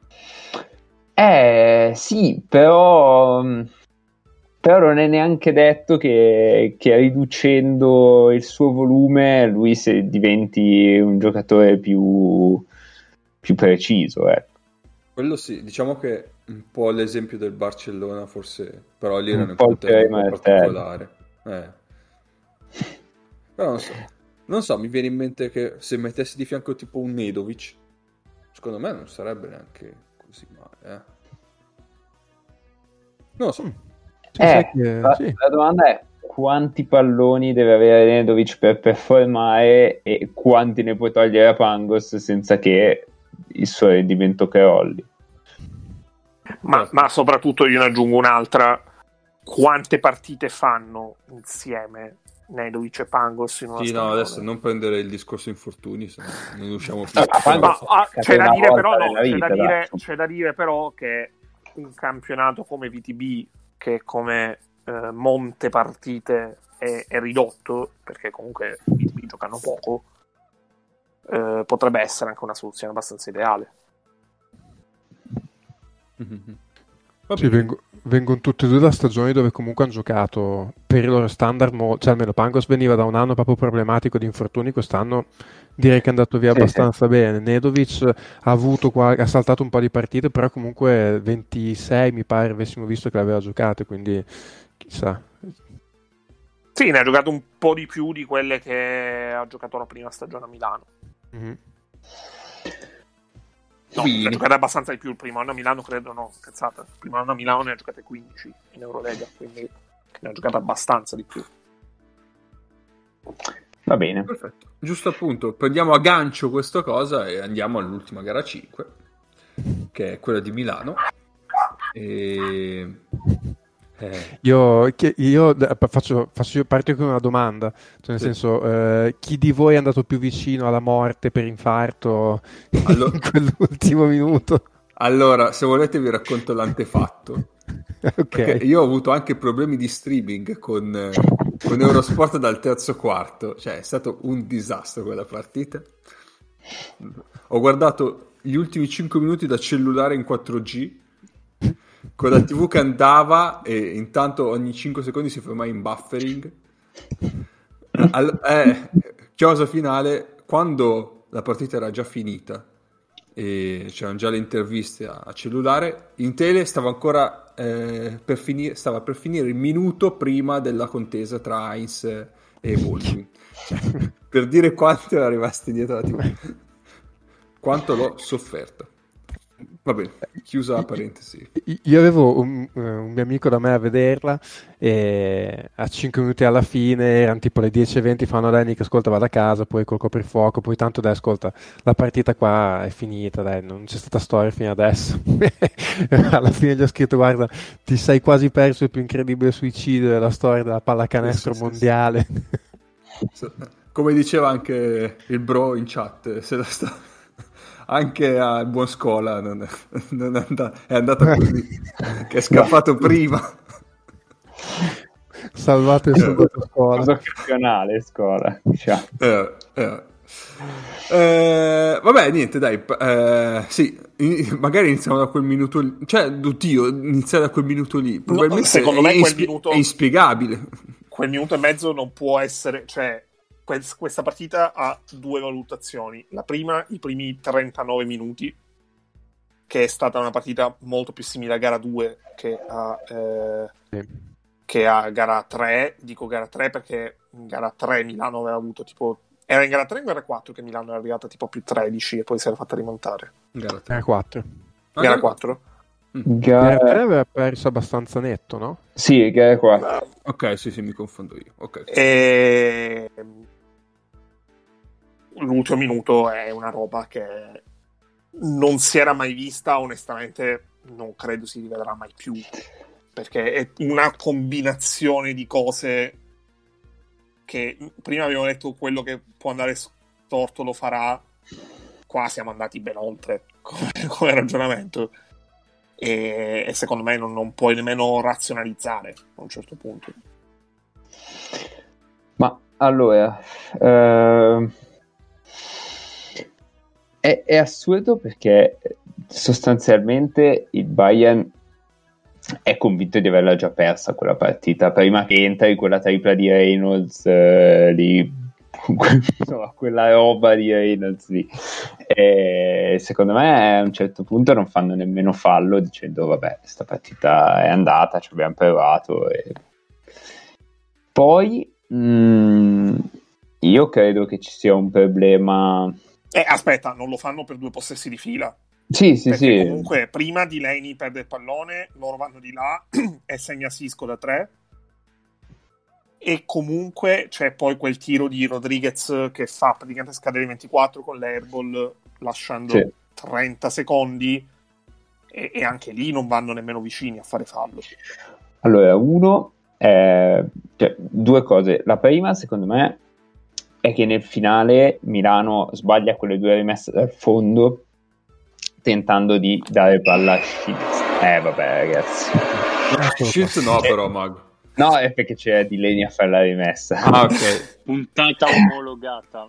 Sì, però non è neanche detto che riducendo il suo volume lui se diventi un giocatore più preciso, ecco. Quello sì, diciamo che un po' l'esempio del Barcellona forse, però lì era un po' particolare. Però non so, mi viene in mente che se mettessi di fianco tipo un Nedovic, secondo me non sarebbe neanche così male, Non lo so. La domanda è quanti palloni deve avere Nedovic per performare e quanti ne puoi togliere a Pangos senza che il suo rendimento crolli. Ma soprattutto io ne aggiungo un'altra: quante partite fanno insieme Nedovic e Pangos in una stagione? No, adesso non prendere il discorso infortuni, se no non usciamo più. C'è da dire però c'è da dire però che un campionato come VTB, che come monte partite è ridotto, perché comunque i VTB giocano poco, potrebbe essere anche una soluzione abbastanza ideale. Sì, vengono tutte e due da stagioni dove comunque hanno giocato per i loro standard, cioè almeno Pangos veniva da un anno proprio problematico di infortuni, quest'anno direi che è andato via abbastanza bene. Nedovic ha saltato un po' di partite, però comunque 26 mi pare avessimo visto che l'aveva giocate, quindi chissà. Sì, ne ha giocato un po' di più di quelle che ha giocato la prima stagione a Milano. Mm-hmm. No, ne ha giocate abbastanza di più il primo anno a Milano, credo, no, cazzata. Il primo anno a Milano ne ha giocate 15 in Eurolega, quindi ne ha giocate abbastanza di più. Va bene. Perfetto. Giusto appunto, prendiamo a gancio questa cosa e andiamo all'ultima gara 5, che è quella di Milano. Io parto con una domanda, cioè nel senso, chi di voi è andato più vicino alla morte per infarto in quell'ultimo minuto? Allora, se volete vi racconto l'antefatto. Okay. Io ho avuto anche problemi di streaming con Eurosport dal terzo quarto, cioè è stato un disastro quella partita. Ho guardato gli ultimi 5 minuti da cellulare in 4G con la TV che andava e intanto ogni 5 secondi si fermava in buffering. Chiosa finale, quando la partita era già finita e c'erano già le interviste a cellulare, in tele stava ancora per finire il minuto prima della contesa tra Heinz e Baldwin, cioè, per dire quanto era rimasto indietro la TV, quanto l'ho sofferta. Va bene, chiusa la parentesi. Io avevo un mio amico da me a vederla e a 5 minuti alla fine erano tipo le 10:20, fanno dai Nick, ascolta, vado a casa, poi col coprifuoco, poi tanto dai, ascolta, la partita qua è finita, dai, non c'è stata storia fino adesso. Alla fine gli ho scritto, guarda, ti sei quasi perso il più incredibile suicidio della storia della pallacanestro mondiale. Come diceva anche il bro in chat, se la sta... anche a buon scuola è andata così, che è scappato prima. Salvate il soldato scuola. Cosa occasionale scuola, diciamo. Vabbè, niente, dai, sì, magari iniziamo da quel minuto lì, cioè, oddio, iniziare da quel minuto lì, probabilmente secondo me quel minuto è inspiegabile. quel minuto e mezzo non può essere, cioè questa partita ha due valutazioni. La prima, i primi 39 minuti, che è stata una partita molto più simile a gara 2 che a gara 3. Dico gara 3 perché in gara 3 Milano aveva avuto tipo... Era in gara 3 o in gara 4 che Milano era arrivata tipo più 13 e poi si era fatta rimontare? Gara 4. Gara 4? Gara 3 aveva perso abbastanza netto, no? Sì, gara 4. Ok, sì, mi confondo io. Okay. E... l'ultimo minuto è una roba che non si era mai vista, onestamente non credo si rivedrà mai più, perché è una combinazione di cose che prima abbiamo detto quello che può andare storto lo farà, qua siamo andati ben oltre come ragionamento e secondo me non puoi nemmeno razionalizzare a un certo punto. Ma allora è assurdo perché sostanzialmente il Bayern è convinto di averla già persa quella partita prima che entri quella tripla di Reynolds lì, insomma, quella roba di Reynolds lì, e secondo me a un certo punto non fanno nemmeno fallo dicendo vabbè, questa partita è andata, ci abbiamo provato. E poi io credo che ci sia un problema. Aspetta, non lo fanno per 2 possessi di fila. Sì. Comunque prima di Delaney perde il pallone, loro vanno di là e segna Sisco da 3 e comunque c'è poi quel tiro di Rodriguez che fa praticamente scadere i 24 con l'airball lasciando 30 secondi e anche lì non vanno nemmeno vicini a fare fallo. Allora, due cose. La prima, secondo me, è che nel finale Milano sbaglia quelle 2 rimesse dal fondo tentando di dare palla a Shields. Vabbè, ragazzi. Shields no, però, Mago. No, è perché c'è Delaney a fare la rimessa. Ah, ok. Puntata omologata.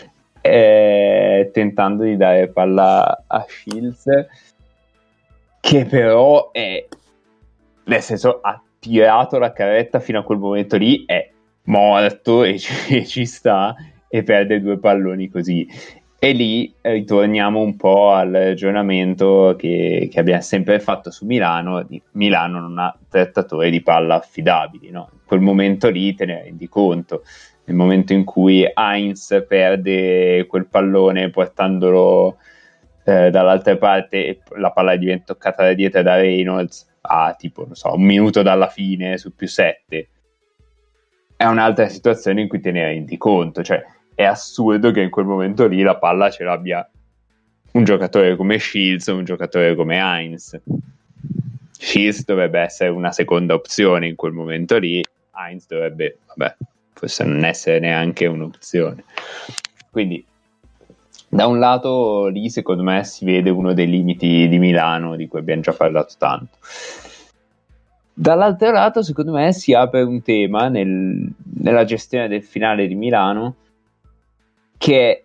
Tentando di dare palla a Shields, che però è, nel senso, ha tirato la carretta fino a quel momento lì, è morto e ci sta, e perde 2 palloni così. E lì ritorniamo un po' al ragionamento che abbiamo sempre fatto su Milano. Milano non ha trattatori di palla affidabili, no? In quel momento lì te ne rendi conto. Nel momento in cui Heinz perde quel pallone portandolo dall'altra parte e la palla viene toccata da dietro da Reynolds a tipo, non so, 1 minuto dalla fine su +7, è un'altra situazione in cui te ne rendi conto. Cioè, è assurdo che in quel momento lì la palla ce l'abbia un giocatore come Shields o un giocatore come Heinz. Shields dovrebbe essere una seconda opzione in quel momento lì, Heinz dovrebbe, vabbè, forse non essere neanche un'opzione. Quindi da un lato lì secondo me si vede uno dei limiti di Milano di cui abbiamo già parlato tanto. Dall'altro lato secondo me si apre un tema nella gestione del finale di Milano che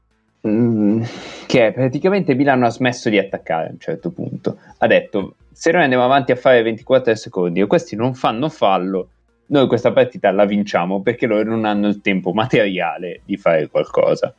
praticamente Milano ha smesso di attaccare a un certo punto. Ha detto: se noi andiamo avanti a fare 24 secondi e questi non fanno fallo, noi questa partita la vinciamo, perché loro non hanno il tempo materiale di fare qualcosa.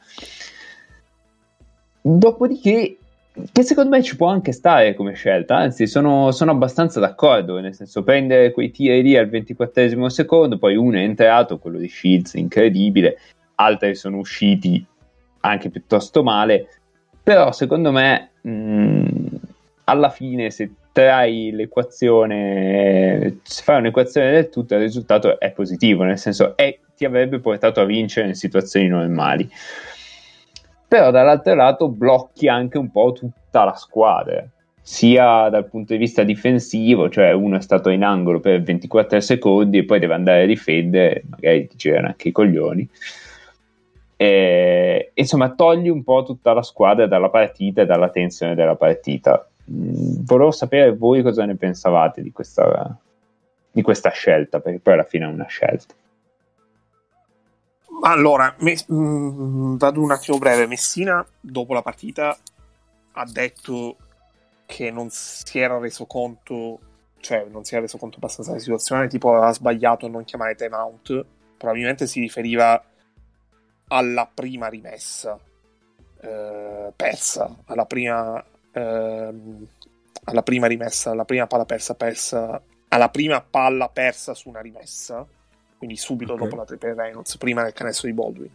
Dopodiché, che secondo me ci può anche stare come scelta, anzi sono abbastanza d'accordo, nel senso, prendere quei tiri lì al 24esimo secondo, poi uno è entrato, quello di Shields, incredibile, altri sono usciti anche piuttosto male, però secondo me alla fine se trai l'equazione, se fai un'equazione del tutto, il risultato è positivo, nel senso ti avrebbe portato a vincere in situazioni normali. Però dall'altro lato blocchi anche un po' tutta la squadra, sia dal punto di vista difensivo, cioè uno è stato in angolo per 24 secondi e poi deve andare a difendere, magari ti girano anche i coglioni. Insomma, togli un po' tutta la squadra dalla partita e dalla tensione della partita. Volevo sapere voi cosa ne pensavate di questa scelta, perché poi alla fine è una scelta. Allora, vado un attimo breve. Messina dopo la partita ha detto che non si era reso conto cioè non si è reso conto abbastanza della situazione, tipo aveva sbagliato a non chiamare timeout, probabilmente si riferiva alla prima rimessa persa, alla prima rimessa, alla prima palla persa, alla prima palla persa su una rimessa, quindi subito dopo la triple Reynolds, prima del canestro di Baldwin.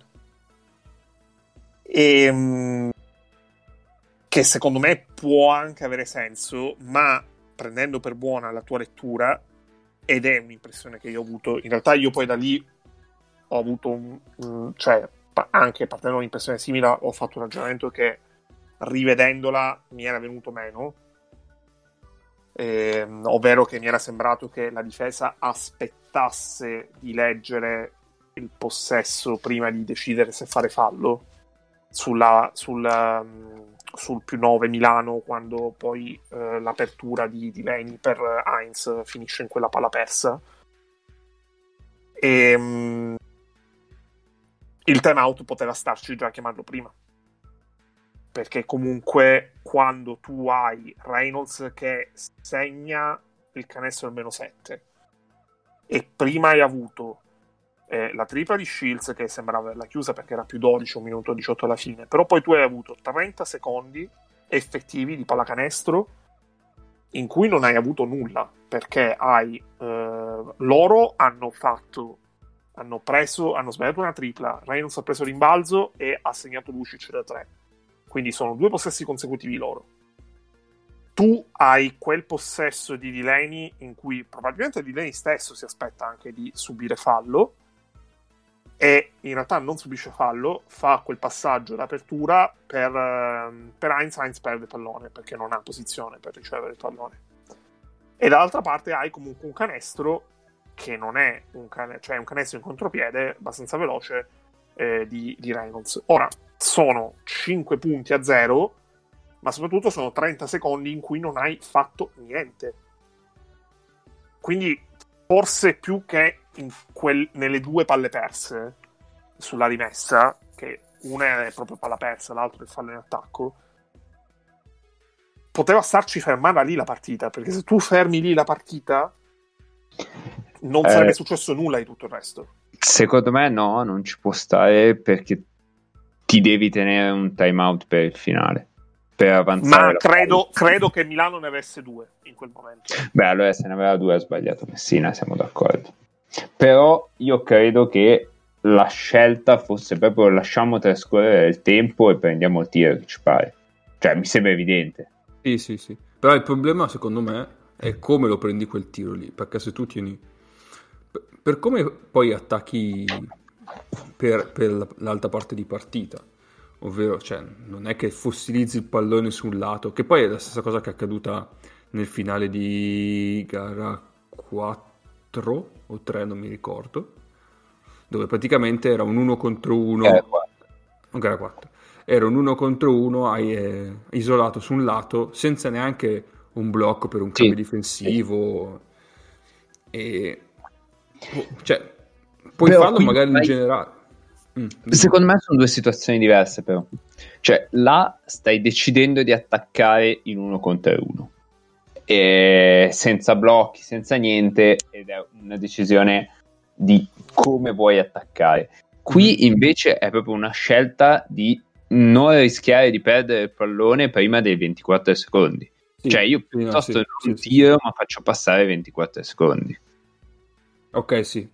Che secondo me può anche avere senso, ma prendendo per buona la tua lettura, ed è un'impressione che io ho avuto, in realtà io poi da lì ho avuto cioè anche partendo da un'impressione simile ho fatto un ragionamento che rivedendola mi era venuto meno, ovvero che mi era sembrato che la difesa aspettasse di leggere il possesso prima di decidere se fare fallo sul più 9 Milano, quando poi l'apertura di Delaney per Hines finisce in quella palla persa. Il timeout poteva starci già a chiamarlo prima, perché comunque quando tu hai Reynolds che segna il canestro del -7 e prima hai avuto la tripla di Shields che sembrava averla chiusa perché era più 12, 1 minuto 18 alla fine, però poi tu hai avuto 30 secondi effettivi di pallacanestro in cui non hai avuto nulla, perché hai loro hanno sbagliato una tripla, Reynolds ha preso rimbalzo e ha segnato Lucic da 3, quindi sono 2 possessi consecutivi loro. Tu hai quel possesso di Delaney in cui probabilmente Delaney stesso si aspetta anche di subire fallo e in realtà non subisce fallo, fa quel passaggio d'apertura per Hines perde il pallone perché non ha posizione per ricevere il pallone, e dall'altra parte hai comunque un canestro che non è cioè un canestro in contropiede abbastanza veloce di Reynolds. Ora sono 5 punti a 0, ma soprattutto sono 30 secondi in cui non hai fatto niente, quindi forse più che nelle 2 palle perse sulla rimessa, che una è proprio palla persa, l'altro è fallo in attacco, poteva starci fermata lì la partita, perché se tu fermi lì la partita non sarebbe successo nulla di tutto il resto. Secondo me no, non ci può stare, perché ti devi tenere un timeout per il finale per avanzare. Ma credo che Milano ne avesse 2 in quel momento. Beh, allora se ne aveva 2 ha sbagliato Messina, siamo d'accordo. Però io credo che la scelta fosse proprio lasciamo trascorrere il tempo e prendiamo il tiro che ci pare. Cioè, mi sembra evidente. Sì. Però il problema, secondo me, è come lo prendi quel tiro lì. Perché se tu tieni... Per come poi attacchi per l'alta parte di partita, ovvero, cioè, non è che fossilizzi il pallone sul lato, che poi è la stessa cosa che è accaduta nel finale di gara 4 o 3, non mi ricordo, dove praticamente era un 1 contro 1, gara 4. Era un 1 contro 1, hai isolato su un lato senza neanche un blocco per un cambio difensivo, e cioè puoi però farlo magari in generale. Secondo me sono 2 situazioni diverse, però. Cioè, là stai decidendo di attaccare in 1 contro 1 e senza blocchi, senza niente, ed è una decisione di come vuoi attaccare. Qui invece è proprio una scelta di non rischiare di perdere il pallone prima dei 24 secondi. Cioè io piuttosto non tiro, ma faccio passare 24 secondi. Ok.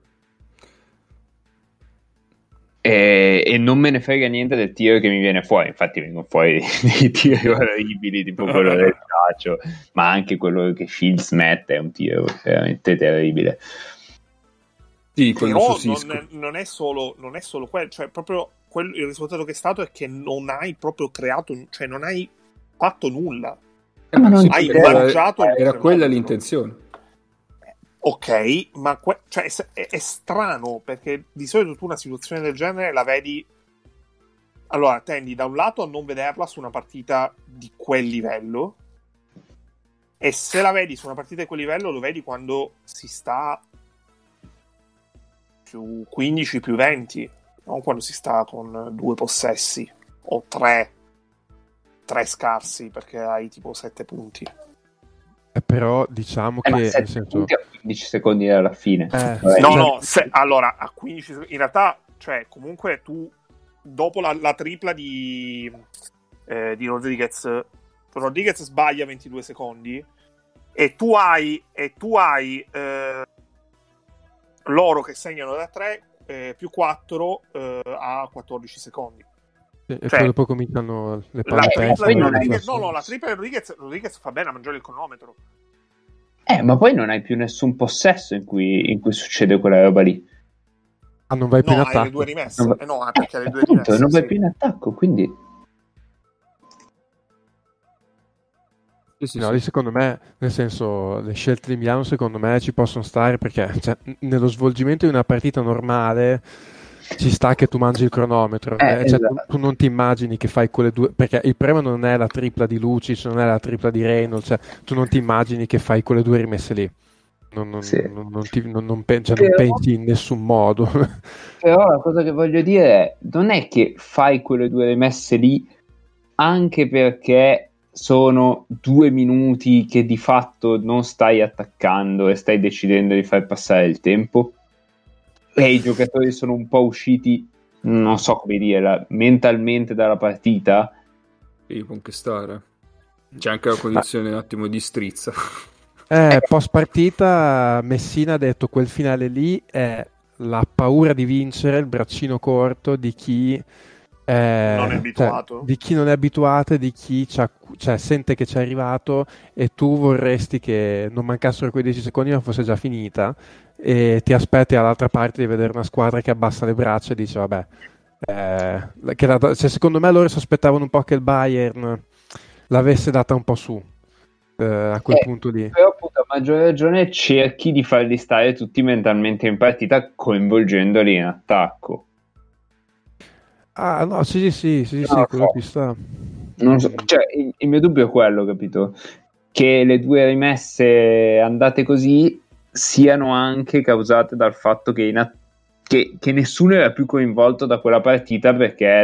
E non me ne frega niente del tiro che mi viene fuori. Infatti vengono fuori dei tiri orribili, tipo quello del calcio, ma anche quello che Shields mette è un tiro veramente terribile. Sì, però non è solo quello, cioè proprio il risultato che è stato è che non hai proprio creato, cioè non hai fatto nulla. Hai mangiato. Era quella l'intenzione. Ok, ma cioè è strano, perché di solito tu una situazione del genere la vedi, allora tendi da un lato a non vederla su una partita di quel livello, e se la vedi su una partita di quel livello lo vedi quando si sta più 15 più 20, non quando si sta con 2 possessi o 3 scarsi perché hai tipo 7 punti. Però diciamo che Ma nel 7 senso, punti a 15 secondi alla fine. Vabbè. No, cioè, no, allora a 15 in realtà, cioè comunque tu dopo la tripla di Rodriguez sbaglia 22 secondi e tu hai loro che segnano da 3 più 4 a 14 secondi. e cioè, poi dopo cominciano le La palle tripla poi di non Rodriguez, perse. la tripla di Rodriguez fa bene a mangiare il cronometro. Ma poi non hai più nessun possesso in cui succede quella roba lì. Ah, non vai più in No, hai le attacco. due rimesse. No, perché hai le due Appunto, rimesse. non vai Sì. più in attacco, quindi Sì, No, sì. lì secondo me, nel senso, le scelte di Milano secondo me ci possono stare perché cioè, nello svolgimento di una partita normale ci sta che tu mangi il cronometro, cioè, esatto. tu non ti immagini che fai quelle due, perché il problema non è la tripla di Lucic, non è la tripla di Reynolds, cioè, tu non ti immagini che fai quelle due rimesse lì, Sì. non pensi in nessun modo. Però la cosa che voglio dire è, non è che fai quelle due rimesse lì anche perché sono 2 minuti che di fatto non stai attaccando e stai decidendo di far passare il tempo e i giocatori sono un po' usciti, non so come dire, mentalmente dalla partita. Sì, conquistare. C'è anche la condizione un attimo di strizza. Post partita Messina ha detto quel finale lì è la paura di vincere, il braccino corto di chi Non è abituato. di chi non è abituato e di chi sente che ci è arrivato e tu vorresti che non mancassero quei 10 secondi ma fosse già finita e ti aspetti all'altra parte di vedere una squadra che abbassa le braccia e dice vabbè secondo me loro si aspettavano un po' che il Bayern l'avesse data un po' su a quel punto lì. Però appunto a maggior ragione cerchi di farli stare tutti mentalmente in partita coinvolgendoli in attacco. Ah no, sì, No, quello so. ci sta. Non so, cioè, il mio dubbio è quello, capito? Che le due rimesse andate così siano anche causate dal fatto che nessuno era più coinvolto da quella partita perché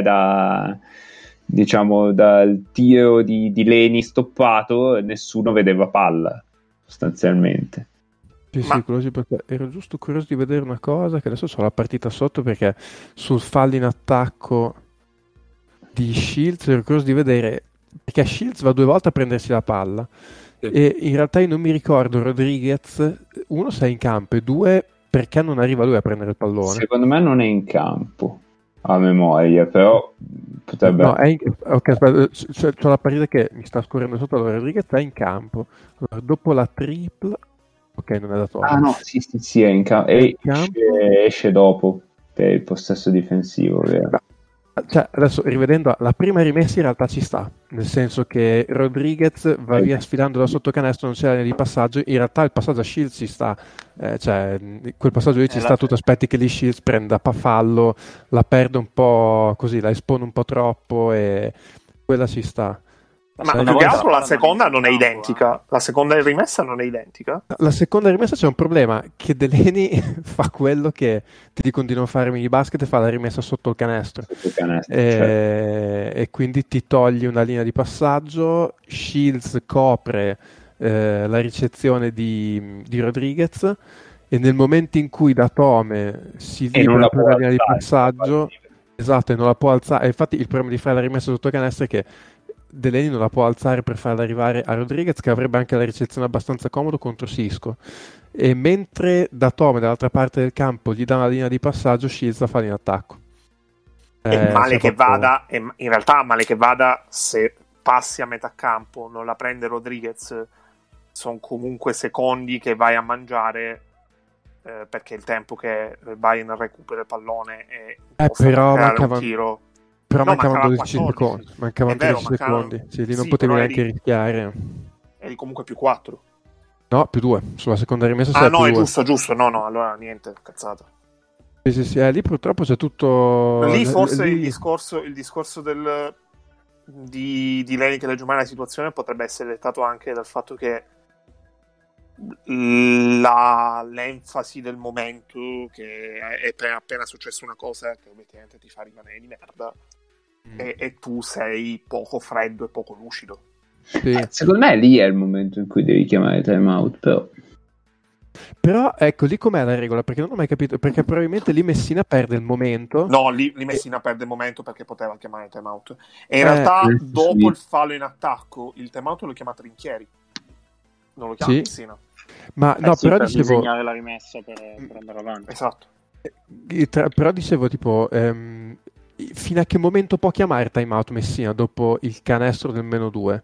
dal tiro di Leni stoppato nessuno vedeva palla sostanzialmente. Sì, quello sì, perché ero giusto curioso di vedere una cosa che adesso ho la partita sotto perché sul fallo in attacco di Shields ero curioso di vedere perché Shields va 2 volte a prendersi la palla e in realtà io non mi ricordo Rodriguez, uno se è in campo e 2 perché non arriva lui a prendere il pallone. Secondo me non è in campo a memoria, però potrebbe. No, ok, aspetta, c'ho la partita che mi sta scorrendo sotto, allora Rodriguez è in campo, allora, dopo la tripla, ok, non è da togliere. Ah no, sì, è in campo e esce dopo per il possesso difensivo, vero? No. Cioè, adesso rivedendo la prima rimessa in realtà ci sta, nel senso che Rodriguez va via sfilando da sotto canestro, non c'è la linea di passaggio, in realtà il passaggio a Shields ci sta, cioè quel passaggio lì ci sta, tu ti aspetti che lì Shields prenda fallo, la perde un po' così, la espone un po' troppo e quella ci sta. Ma più che altro la seconda non è identica. La seconda rimessa non è identica. La seconda rimessa c'è un problema, che Delaney fa quello che ti dicono di non fare mini basket e fa la rimessa sotto il canestro. Certo. E quindi ti togli una linea di passaggio, Shields copre la ricezione di Rodriguez e nel momento in cui Datome si libera per la linea di passaggio, esatto, e non la può alzare. E infatti il problema di fare la rimessa sotto canestro è che Delaney non la può alzare per farla arrivare a Rodriguez, che avrebbe anche la ricezione abbastanza comodo contro Sisco, e mentre Datome dall'altra parte del campo gli dà una linea di passaggio, Shields la fa in attacco. È male che vada, in realtà male che vada, se passi a metà campo non la prende Rodriguez, sono comunque secondi che vai a mangiare, perché il tempo che il Bayern recupera il pallone e però un tiro. Però mancavano 12 secondi. Mancavano 12 secondi. Sì, lì non potevi neanche rischiare. Eri comunque più 4. No, più 2. Sulla seconda rimessa Ah, no, più è 2. giusto. No, allora niente, cazzata. Sì, lì purtroppo c'è tutto. Lì forse il discorso di Leni che legge male la situazione potrebbe essere dettato anche dal fatto che l'enfasi del momento, che è appena successa una cosa che obiettivamente ti fa rimanere di merda, e tu sei poco freddo e poco lucido. Sì. Secondo me lì è il momento in cui devi chiamare timeout, Però ecco, lì com'è la regola? Perché non ho mai capito, perché probabilmente lì Messina perde il momento. No, lì Messina perde il momento perché poteva chiamare il timeout. E in realtà, dopo il fallo in attacco, il timeout lo chiama Trinchieri. Non lo chiama Messina. Ma no, sì, però per dicevo... disegnare la rimessa per andare avanti. Esatto. Però dicevo, tipo, fino a che momento può chiamare timeout Messina dopo il canestro del -2?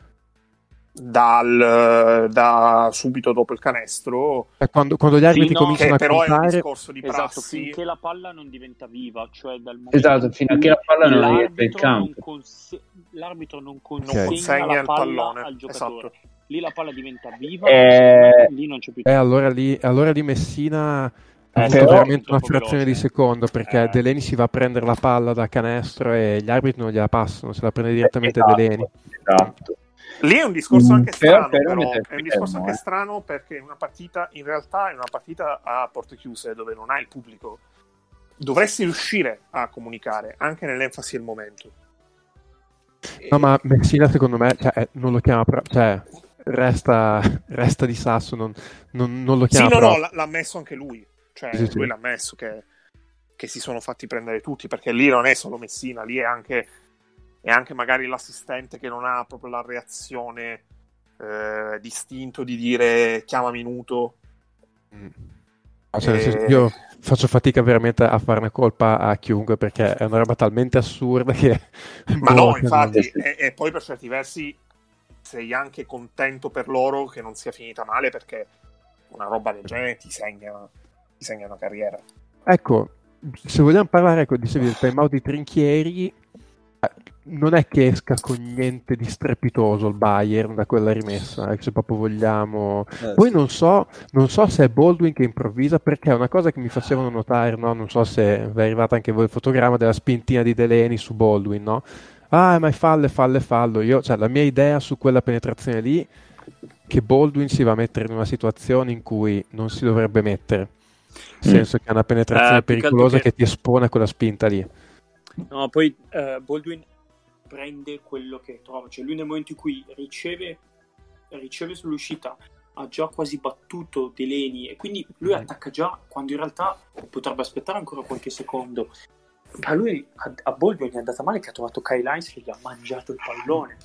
Da subito dopo il canestro, quando gli arbitri cominciano a però contare... è un discorso di prassi. Esatto, finché la palla non diventa viva, cioè dal momento esatto, fino a che la palla non rientra in campo, l'arbitro non consegna la il palla pallone al giocatore. esatto. Lì la palla diventa viva, lì non c'è più allora lì Messina ha avuto veramente una frazione di secondo, perché Delaney si va a prendere la palla da canestro e gli arbitri non gliela passano, se la prende direttamente Delaney. Esatto. Lì è un discorso anche strano, però è un discorso anche strano, perché in realtà è una partita a porte chiuse dove non hai il pubblico, dovresti riuscire a comunicare anche nell'enfasi del momento. No, ma Messina secondo me non lo chiama resta di sasso, non lo chiama no, l'ha ammesso anche lui, cioè sì. Lui l'ha ammesso che si sono fatti prendere tutti, perché lì non è solo Messina, lì è anche magari l'assistente che non ha proprio la reazione d'istinto di dire chiama minuto. Io faccio fatica veramente a farne colpa a chiunque, perché è una roba talmente assurda che... Ma no, infatti, e poi per certi versi sei anche contento per loro che non sia finita male, perché una roba del genere ti segna una carriera. Ecco, se vogliamo parlare, dicevi, del timeout di Trinchieri, non è che esca con niente di strepitoso il Bayern da quella rimessa, se proprio vogliamo. Poi non so se è Baldwin che improvvisa, perché è una cosa che mi facevano notare, no? Non so se vi è arrivata anche voi il fotogramma della spintina di Delaney su Baldwin, no? Ma è fallo. La mia idea su quella penetrazione lì, che Baldwin si va a mettere in una situazione in cui non si dovrebbe mettere, nel senso che è una penetrazione pericolosa che ti espone a quella spinta lì. No, poi Baldwin prende quello che trova, cioè lui nel momento in cui riceve sull'uscita ha già quasi battuto Delaney e quindi lui attacca già, quando in realtà potrebbe aspettare ancora qualche secondo. Ma lui a Baldwin è andata male che ha trovato Kyle Hines che gli ha mangiato il pallone.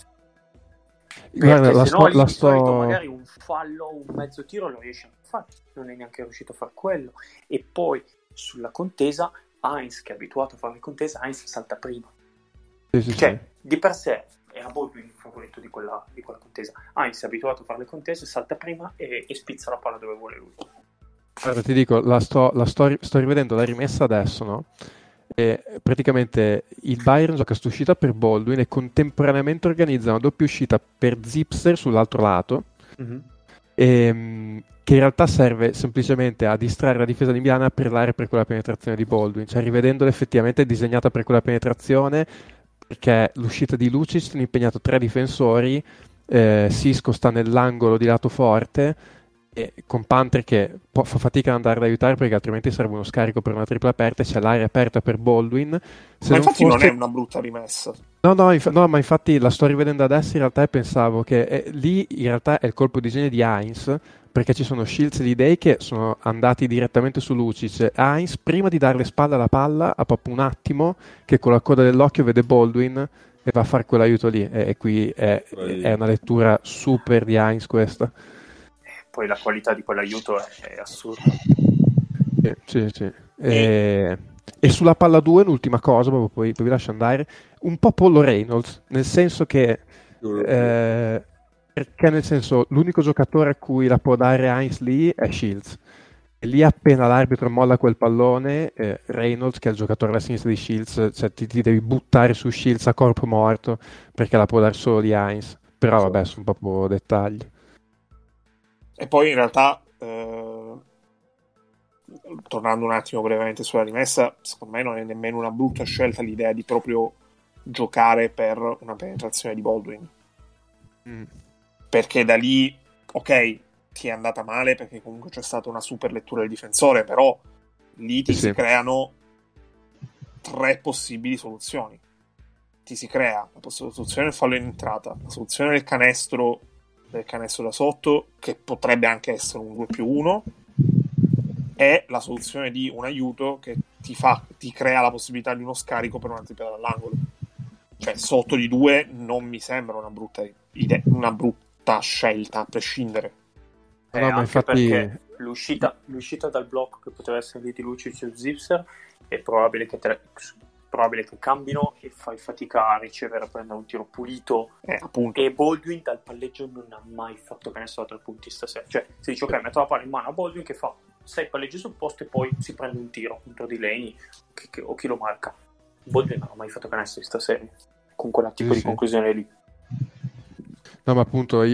Guarda, se no di solito magari un fallo, un mezzo tiro lo riesce a fare, non è neanche riuscito a fare quello. E poi sulla contesa Hines, che è abituato a fare le contese, Hines salta prima. Sì. Di per sé era Baldwin il favoritto di quella contesa. Hines è abituato a fare le contese, salta prima e spizza la palla dove vuole lui. Guarda, ti dico, sto rivedendo la rimessa adesso, no? E praticamente il Bayern gioca questa per Baldwin e contemporaneamente organizza una doppia uscita per Zipser sull'altro lato, che in realtà serve semplicemente a distrarre la difesa di Milano e a perlare per quella penetrazione di Baldwin. Cioè, rivedendola, effettivamente è disegnata per quella penetrazione, perché l'uscita di Lucic tiene impegnato 3 difensori, Sisco sta nell'angolo di lato forte, e con Panther che fa fatica ad andare ad aiutare, perché altrimenti serve uno scarico per una tripla aperta e c'è l'area aperta per Baldwin. Ma infatti non è una brutta rimessa. No, ma infatti la sto rivedendo adesso in realtà, e pensavo che lì in realtà è il colpo di genio di Hines, perché ci sono Shields e Day che sono andati direttamente su Lucic. Hines, prima di dare le spalle alla palla, ha proprio un attimo che con la coda dell'occhio vede Baldwin e va a fare quell'aiuto lì, e qui è una lettura super di Hines questa. Poi la qualità di quell'aiuto è assurda. Sì. E sulla palla 2, l'ultima cosa, poi vi lascio andare, un po' Paul Reynolds, nel senso che perché nel senso l'unico giocatore a cui la può dare Hines lì è Shields, e lì appena l'arbitro molla quel pallone, Reynolds, che è il giocatore alla sinistra di Shields, cioè ti devi buttare su Shields a corpo morto, perché la può dare solo di Hines. Però vabbè, sono proprio dettagli. E poi in realtà, tornando un attimo brevemente sulla rimessa, secondo me non è nemmeno una brutta scelta l'idea di proprio giocare per una penetrazione di Baldwin. Perché da lì, ok, ti è andata male perché comunque c'è stata una super lettura del difensore, però lì si creano 3 possibili soluzioni. ti si crea la soluzione del fallo in entrata, la soluzione del canestro da sotto, che potrebbe anche essere un 2+1, e la soluzione di un aiuto che ti crea la possibilità di uno scarico per una tripletta dall'angolo. Cioè, sotto di 2 non mi sembra una brutta idea, una brutta scelta a prescindere. No, ma anche infatti perché l'uscita dal blocco che poteva essere di Lucic e Zipser è probabile che cambino e fai fatica a ricevere, a prendere un tiro pulito. Appunto. E Baldwin dal palleggio non ha mai fatto canestro da 3 punti stasera. Cioè, si dice ok, metto la palla in mano a Baldwin che fa 6 palleggi sul posto e poi si prende un tiro contro di Laney o chi lo marca. Baldwin non ha mai fatto canestro di stasera con quella tipo di conclusione lì. No, ma appunto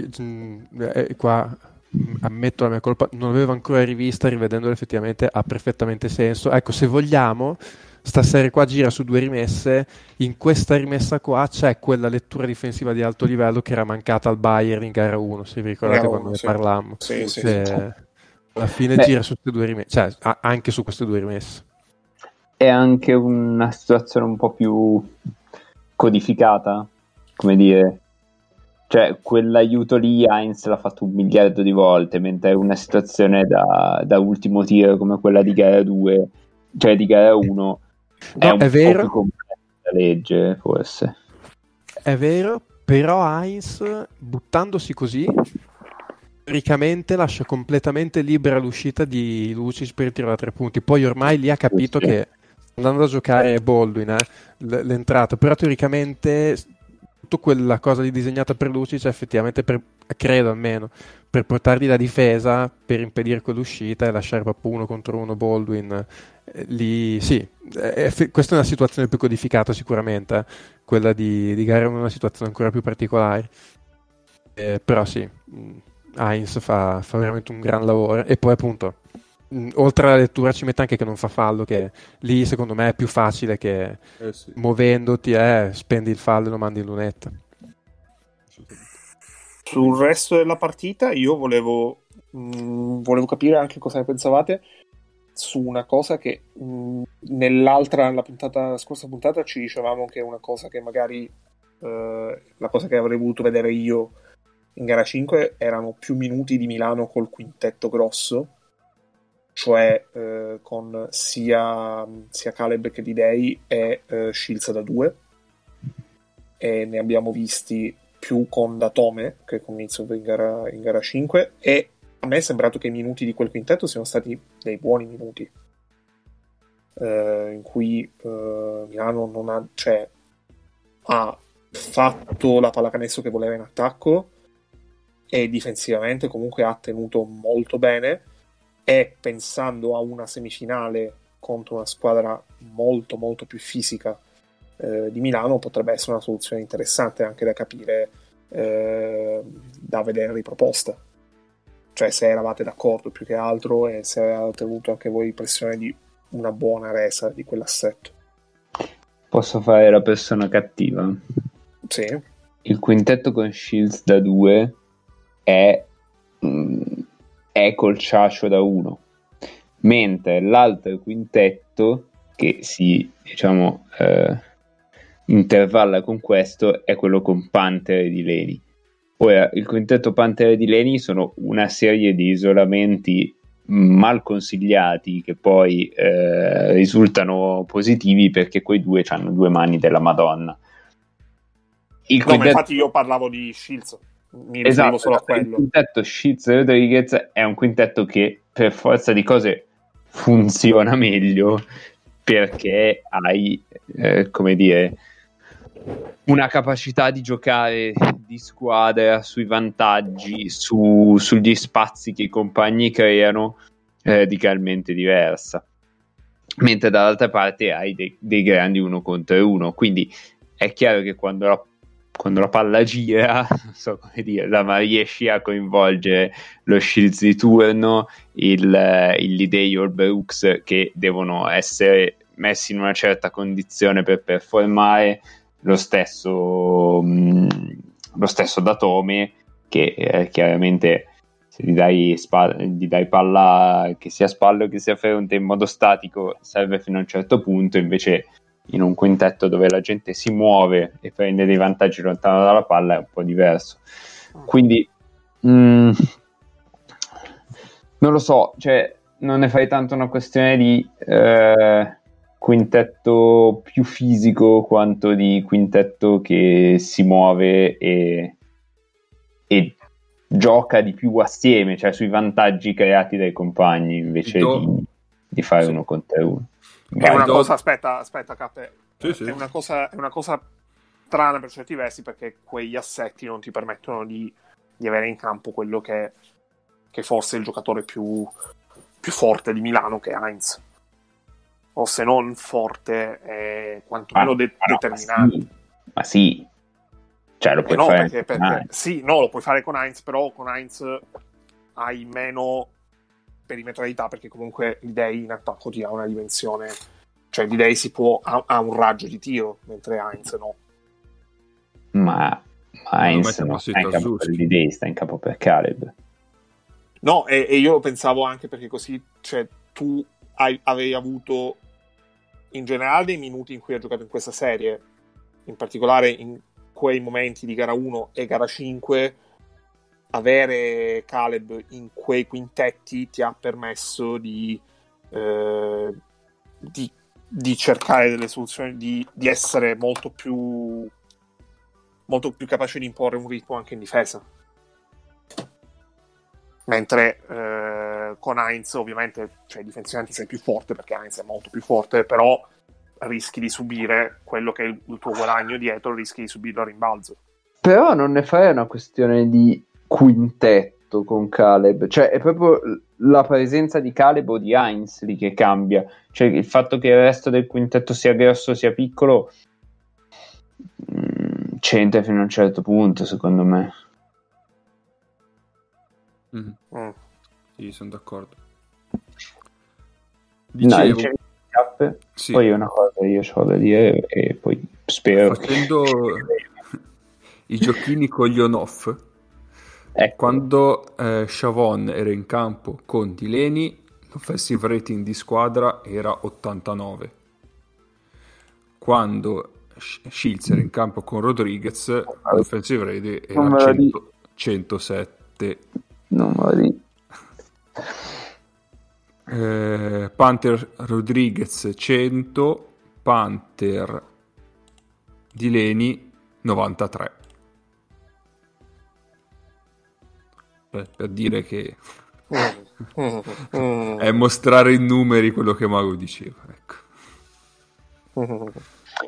qua ammetto la mia colpa, non l'avevo ancora rivista, rivedendolo effettivamente ha perfettamente senso. Ecco, se vogliamo, sta serie qua gira su 2 rimesse, in questa rimessa qua c'è quella lettura difensiva di alto livello che era mancata al Bayern in gara 1, se vi ricordate quando ne parlammo. Sì. Alla fine gira su queste 2 rimesse, cioè anche su queste 2 rimesse. È anche una situazione un po' più codificata, come dire, cioè quell'aiuto lì Heinz l'ha fatto 1 miliardo di volte, mentre una situazione da ultimo tiro come quella di gara 2, cioè di gara 1, è un è vero, po' più complessa da leggere, forse. È vero, però Heinz, buttandosi così, teoricamente lascia completamente libera l'uscita di Lucic per il tiro da 3 punti. Poi ormai lì ha capito che andando a giocare Baldwin l'entrata, però teoricamente tutta quella cosa lì disegnata per Lucic effettivamente credo almeno per portargli la difesa, per impedire quell'uscita e lasciare proprio 1 contro 1 Baldwin lì. Sì, questa è una situazione più codificata sicuramente, quella di gara è una situazione ancora più particolare, però sì, Heinz fa veramente un gran lavoro. E poi appunto oltre alla lettura ci mette anche che non fa fallo, che lì secondo me è più facile che muovendoti spendi il fallo e lo mandi in lunetta. Sul resto della partita io volevo capire anche cosa ne pensavate su una cosa che la scorsa puntata ci dicevamo che è una cosa che magari la cosa che avrei voluto vedere io in gara 5 erano più minuti di Milano col quintetto grosso, cioè con sia Caleb che D-Day e Shields da 2, e ne abbiamo visti più con Datome che con Mitsov in gara 5, e a me è sembrato che i minuti di quel quintetto siano stati dei buoni minuti, in cui Milano non ha fatto la pallacanestro che voleva in attacco e difensivamente comunque ha tenuto molto bene, e pensando a una semifinale contro una squadra molto molto più fisica di Milano potrebbe essere una soluzione interessante anche da capire, da vedere riproposta, cioè se eravate d'accordo più che altro e se avete avuto anche voi l'impressione di una buona resa di quell'assetto. Posso fare la persona cattiva? Sì. Il quintetto con Shields da 2 è col Ciascio da 1, mentre l'altro quintetto che si intervalla con questo è quello con Panther e Delaney. Ora, il quintetto Panther e Delaney sono una serie di isolamenti mal consigliati che poi risultano positivi perché quei due hanno 2 mani della Madonna. Ma infatti io parlavo di Shields, mi riferivo solo a quello. Il quintetto Shields e Rodriguez è un quintetto che per forza di cose funziona meglio perché hai come dire una capacità di giocare di squadra sui vantaggi, sugli spazi che i compagni creano radicalmente diversa, mentre dall'altra parte hai dei grandi 1 contro 1, quindi è chiaro che quando la palla gira, non so come dire, ma riesci a coinvolgere lo Shields di turno, il Lidey o il Brooks, che devono essere messi in una certa condizione per performare, lo stesso Datome, che chiaramente se gli dai palla che sia spalle o che sia fronte in modo statico serve fino a un certo punto, invece in un quintetto dove la gente si muove e prende dei vantaggi lontano dalla palla è un po' diverso. Quindi non lo so, cioè non ne fai tanto una questione di quintetto più fisico quanto di quintetto che si muove e gioca di più assieme, cioè sui vantaggi creati dai compagni invece di fare uno contro uno. È una cosa, aspetta Cappe, sì. È una cosa strana per certi versi, perché quegli assetti non ti permettono di avere in campo quello che forse è il giocatore più forte di Milano, che è Heinz, o se non forte quantomeno determinante. Ma sì, cioè lo puoi fare perché sì, no, lo puoi fare con Heinz, però con Heinz hai meno perimetralità, perché comunque l'Idei in attacco ti ha una dimensione, cioè l'Idei ha un raggio di tiro, mentre Heinz no. Ma Heinz non sta in campo per l'Idei, sta in campo per Caleb. No, e io lo pensavo anche perché così, cioè, tu avevi avuto in generale dei minuti in cui hai giocato in questa serie, in particolare in quei momenti di gara 1 e gara 5, avere Caleb in quei quintetti ti ha permesso di cercare delle soluzioni, di essere molto più capace di imporre un ritmo anche in difesa. Mentre con Heinz ovviamente, cioè, difensivamente sei più forte, perché Heinz è molto più forte, però rischi di subire quello che è il tuo guadagno dietro, rischi di subirlo a rimbalzo. Però non ne fai una questione di quintetto con Caleb, cioè è proprio la presenza di Caleb o di Heinz lì che cambia, cioè il fatto che il resto del quintetto sia grosso sia piccolo c'entra fino a un certo punto, secondo me. Sì, sono d'accordo. Dicevi sì. Poi una cosa io ho da dire e poi spero facendo i giochini con gli on-off, ecco. Quando Chavon era in campo con Delaney, l'offensive rating di squadra era 89. Quando Shields era in campo con Rodriguez, l'offensive rating era 107. Non me lo dico. Panther Rodriguez 100, Panther Delaney 93. Per dire che è mostrare in numeri quello che Mago diceva, ecco.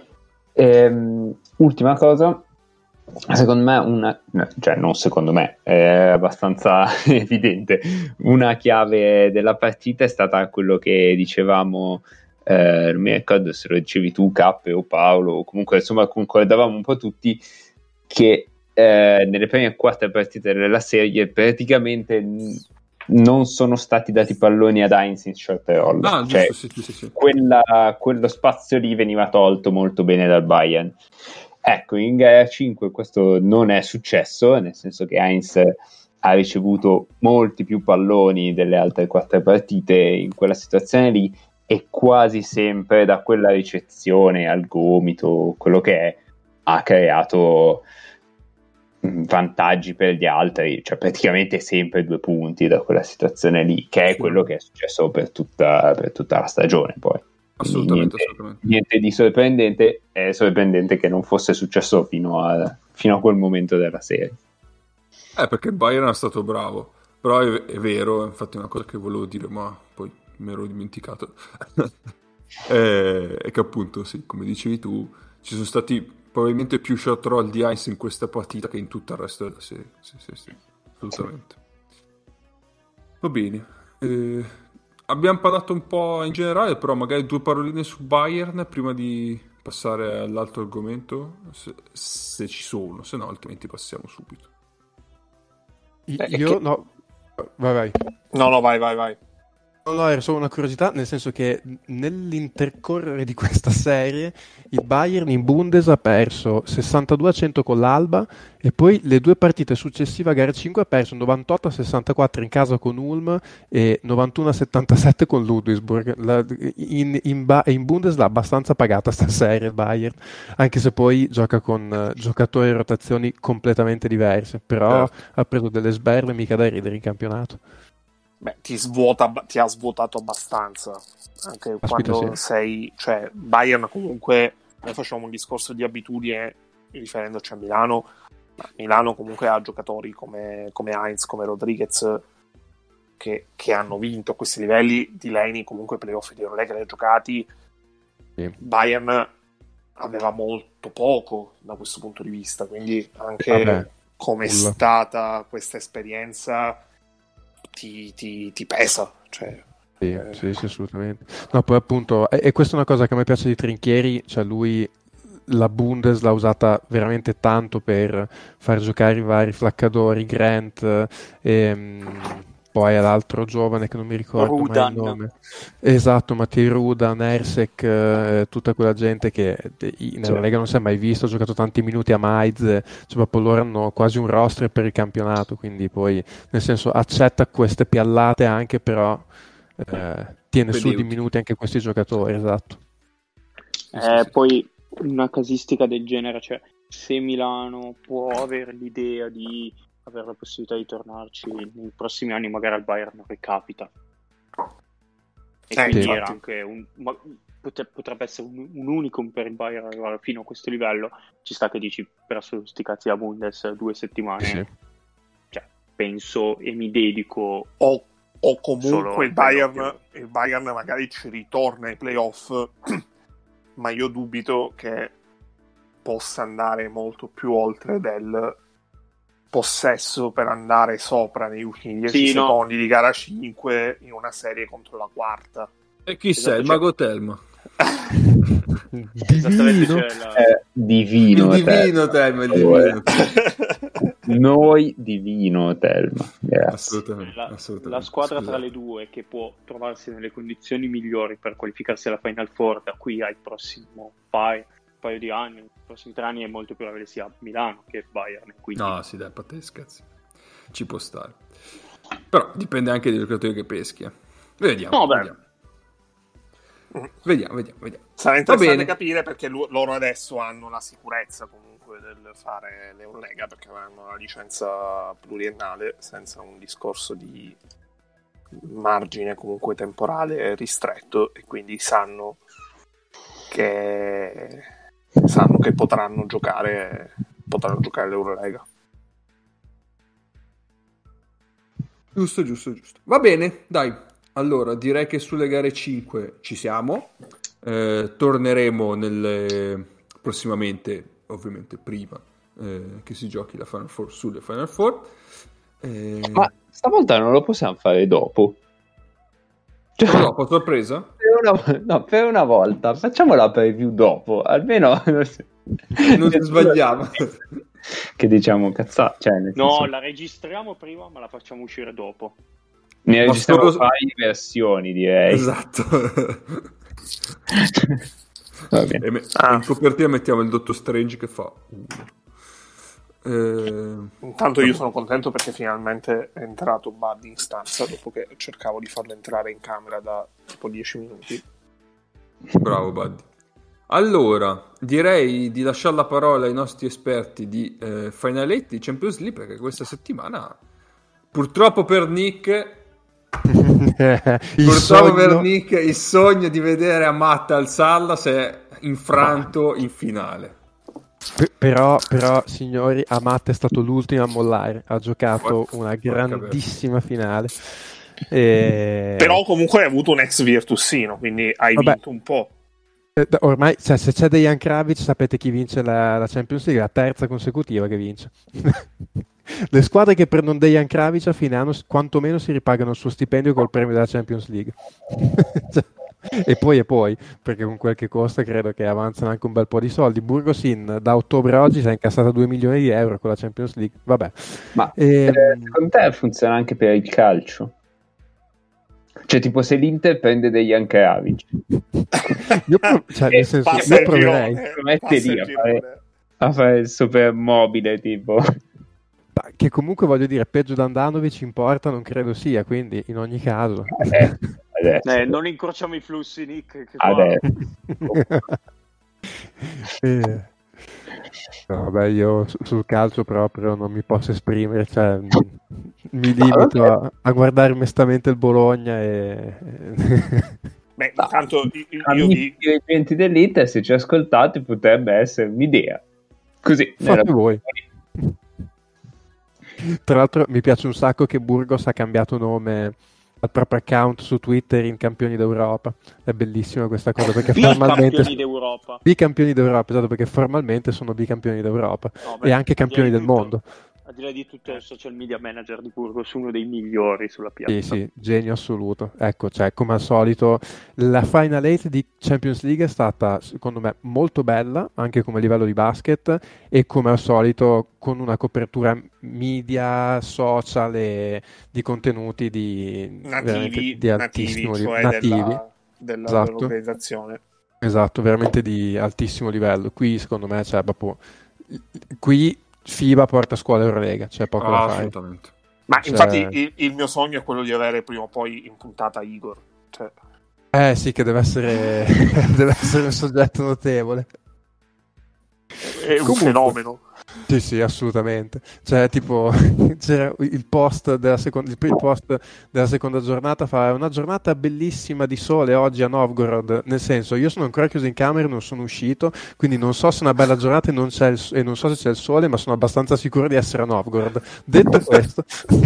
Ultima cosa, secondo me non secondo me, è abbastanza evidente, una chiave della partita è stata quello che dicevamo, non mi ricordo se lo dicevi tu Cappe o Paolo, o comunque insomma concordavamo un po' tutti che nelle prime 4 partite della serie praticamente non sono stati dati palloni ad Heinz in short roll, cioè giusto, sì. Quello spazio lì veniva tolto molto bene dal Bayern. Ecco, in gara 5 questo non è successo, nel senso che Heinz ha ricevuto molti più palloni delle altre 4 partite in quella situazione lì, e quasi sempre da quella ricezione al gomito, quello che è, ha creato vantaggi per gli altri, cioè praticamente sempre 2 punti da quella situazione lì, che è quello che è successo per tutta la stagione poi. Assolutamente. Niente di sorprendente, è sorprendente che non fosse successo fino a quel momento della serie. Perché il Bayern è stato bravo, però è vero, infatti è una cosa che volevo dire ma poi mi ero dimenticato, è che appunto sì, come dicevi tu, ci sono stati probabilmente più shot roll di Heinz in questa partita che in tutto il resto della serie. Sì, assolutamente. Va bene, abbiamo parlato un po' in generale, però magari 2 paroline su Bayern prima di passare all'altro argomento, se ci sono, se no altrimenti passiamo subito. No, vai. No, vai. No, era solo una curiosità, nel senso che nell'intercorrere di questa serie il Bayern in Bundes ha perso 62-100 con l'Alba e poi le due partite successive a gara 5 ha perso 98-64 in casa con Ulm e 91-77 con Ludwigsburg. In Bundes l'ha abbastanza pagata sta serie il Bayern, anche se poi gioca con giocatori e rotazioni completamente diverse, però ha preso delle sberle mica da ridere in campionato. Beh, ti ha svuotato abbastanza, anche quando sì. sei, cioè, Bayern comunque, noi facciamo un discorso di abitudine riferendoci a Milano, ma Milano comunque ha giocatori come Heinz, come Rodriguez, che hanno vinto a questi livelli. Delaney comunque playoff di Eurolega li ha giocati, Sì. Bayern aveva molto poco da questo punto di vista, quindi anche come è stata questa esperienza ti pesa, cioè, sì, assolutamente. No, poi appunto, e questa è una cosa che a me piace di Trinchieri, cioè lui la Bundes l'ha usata veramente tanto per far giocare i vari flaccadori, Grant, poi l'altro giovane che non mi ricordo mai il nome. Esatto, Mattei Rudan, Ersek, tutta quella gente che in Eurolega non si è mai visto, ha giocato tanti minuti a Mainz, cioè proprio loro hanno quasi un roster per il campionato, quindi poi nel senso accetta queste piallate anche, però tiene su di minuti anche questi giocatori, esatto. Poi una casistica del genere, cioè se Milano può avere l'idea di avere la possibilità di tornarci nei prossimi anni, magari al Bayern recapita, e quindi era anche potrebbe essere un unicum per il Bayern arrivare fino a questo livello. Ci sta che dici per sti cazzi la Bundes 2 settimane, cioè penso e mi dedico o comunque il Bayern magari ci ritorna ai playoff, ma io dubito che possa andare molto più oltre del possesso per andare sopra negli ultimi 10 secondi di gara 5 in una serie contro la quarta. E chi sei? Il Mago Telma. Divino Telma. Noi divino Telma. Assolutamente. La squadra tra le due che può trovarsi nelle condizioni migliori per qualificarsi alla Final Four da qui al prossimo paio di anni, i prossimi 3 anni, è molto più probabile sia Milano che Bayern, quindi... No, sì, dai, pazzesca, ci può stare, però dipende anche dai giocatori che peschi. Vediamo. Sarà interessante capire, perché loro adesso hanno la sicurezza comunque del fare l'Eurolega, perché avranno la licenza pluriennale senza un discorso di margine comunque temporale ristretto, e quindi sanno che potranno giocare l'Eurolega. Giusto. Va bene, dai. Allora, direi che sulle gare 5 ci siamo. Torneremo prossimamente, ovviamente prima che si giochi la Final Four sulle Final Four. Ma stavolta non lo possiamo fare dopo? Dopo, sorpresa? Per una volta facciamo la preview dopo, almeno non ci sbagliamo. Che diciamo no, la registriamo prima ma la facciamo uscire dopo. Ne registriamo varie versioni, direi. Esatto. Va bene. In copertina mettiamo il Dottor Strange che fa intanto io sono contento perché finalmente è entrato Buddy in stanza dopo che cercavo di farlo entrare in camera da tipo 10 minuti. Bravo Buddy. Allora direi di lasciare la parola ai nostri esperti di finaletti di Champions League, perché questa settimana purtroppo per Nick il sogno di vedere Amat al-Salah si è infranto in finale. Però signori, Amat è stato l'ultimo a mollare, ha giocato una grandissima finale, però comunque hai avuto un ex Virtusino, quindi hai vinto un po'. Ormai se c'è Dejan Kravic sapete chi vince la Champions League, la terza consecutiva che vince. Le squadre che prendono Dejan Kravic a fine anno quantomeno si ripagano il suo stipendio col premio della Champions League. E poi, perché con quel che costa credo che avanzano anche un bel po' di soldi. Burgosin da ottobre a oggi si è incassata 2 milioni di euro con la Champions League. Vabbè. Ma secondo te funziona anche per il calcio? Cioè, tipo, se l'Inter prende degli Ankaravic, nel senso, io proverei. Mette lì a fare il super mobile, tipo. Che comunque, voglio dire, peggio di Andanovic in porta non credo sia, quindi in ogni caso. Non incrociamo i flussi, Nick. No, vabbè, io sul calcio proprio non mi posso esprimere, cioè mi limito a guardare mestamente il Bologna e... Beh, intanto i dirigenti dell'Inter, se ci ascoltate, potrebbe essere un'idea. Così. Fate voi. Tra l'altro mi piace un sacco che Burgos ha cambiato nome al proprio account su Twitter in Campioni d'Europa. È bellissima questa cosa, perché formalmente bicampioni d'Europa, esatto, perché formalmente sono bicampioni d'Europa e anche campioni del mondo. Al di là di tutto, il social media manager di Burgos, uno dei migliori sulla piazza. Sì, genio assoluto. Ecco, cioè, come al solito, la Final 8 di Champions League è stata, secondo me, molto bella, anche come livello di basket, e come al solito con una copertura media, social e di contenuti di altissimo livello. Dell'organizzazione. Esatto, veramente di altissimo livello. Qui, secondo me, cioè, proprio... Qui FIBA porta a scuola Eurolega, c'è poco da fare. Assolutamente. Ma infatti il mio sogno è quello di avere prima o poi in puntata Igor. Cioè... sì, che deve essere un soggetto notevole. È un fenomeno. Sì, assolutamente. Cioè, tipo, c'era il post della seconda giornata, fa una giornata bellissima di sole oggi a Novgorod, nel senso, io sono ancora chiuso in camera e non sono uscito, quindi non so se è una bella giornata e non so se c'è il sole, ma sono abbastanza sicuro di essere a Novgorod. Detto questo...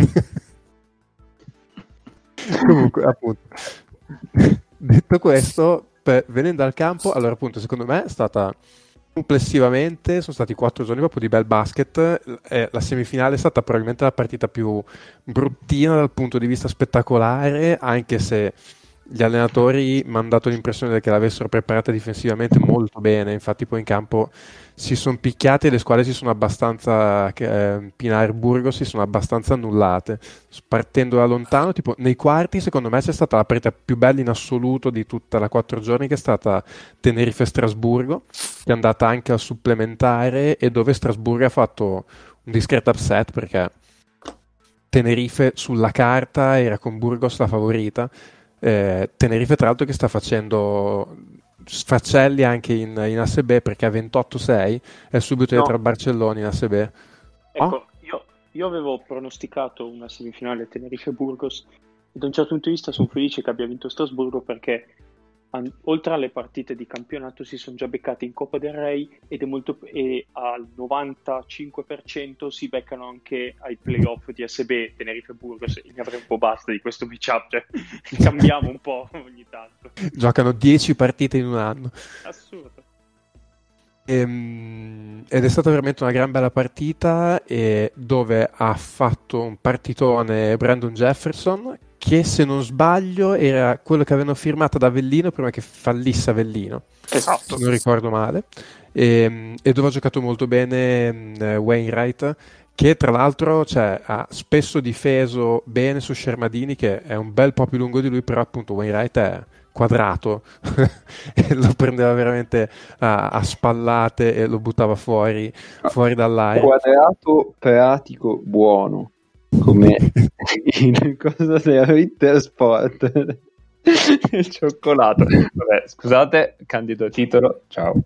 Comunque, appunto... Detto questo, venendo al campo, allora appunto, secondo me è stata... Complessivamente sono stati 4 giorni proprio di bel basket. La semifinale è stata probabilmente la partita più bruttina dal punto di vista spettacolare, anche se gli allenatori mi hanno dato l'impressione che l'avessero preparata difensivamente molto bene. Infatti poi in campo si sono picchiati e le squadre si sono abbastanza Pinar Burgos si sono abbastanza annullate, partendo da lontano. Tipo nei quarti secondo me c'è stata la partita più bella in assoluto di tutta la 4 giorni, che è stata Tenerife-Strasburgo, che è andata anche al supplementare e dove Strasburgo ha fatto un discreto upset, perché Tenerife sulla carta era con Burgos la favorita. Tenerife tra l'altro che sta facendo sfaccelli anche in ASB, perché a 28-6 è subito dietro al Barcellona in ASB. Ecco, io avevo pronosticato una semifinale Tenerife-Burgos e da un certo punto di vista sono felice che abbia vinto Strasburgo, perché oltre alle partite di campionato si sono già beccati in Coppa del Re e al 95% si beccano anche ai playoff di ASB Tenerife-Burgos, e ne avrei un po' basta di questo matchup, cioè cambiamo un po' ogni tanto. Giocano 10 partite in un anno. Assurdo. Ed è stata veramente una gran bella partita, dove ha fatto un partitone Brandon Jefferson, che se non sbaglio era quello che avevano firmato da Avellino prima che fallisse Avellino, esatto, se non ricordo male, e dove ha giocato molto bene Wainwright, che tra l'altro ha spesso difeso bene su Scermadini, che è un bel po' più lungo di lui, però appunto Wainwright è quadrato e lo prendeva veramente a spallate e lo buttava fuori dall'aria. Quadrato pratico buono, come in cosa della Intersport. Il cioccolato. Vabbè, scusate, candido titolo, ciao.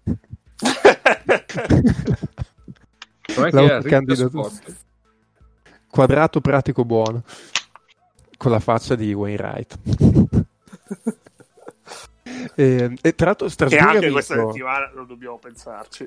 Quadrato pratico buono, con la faccia di Wainwright. E tra l'altro Strasburgo, e anche questa settimana non dobbiamo pensarci.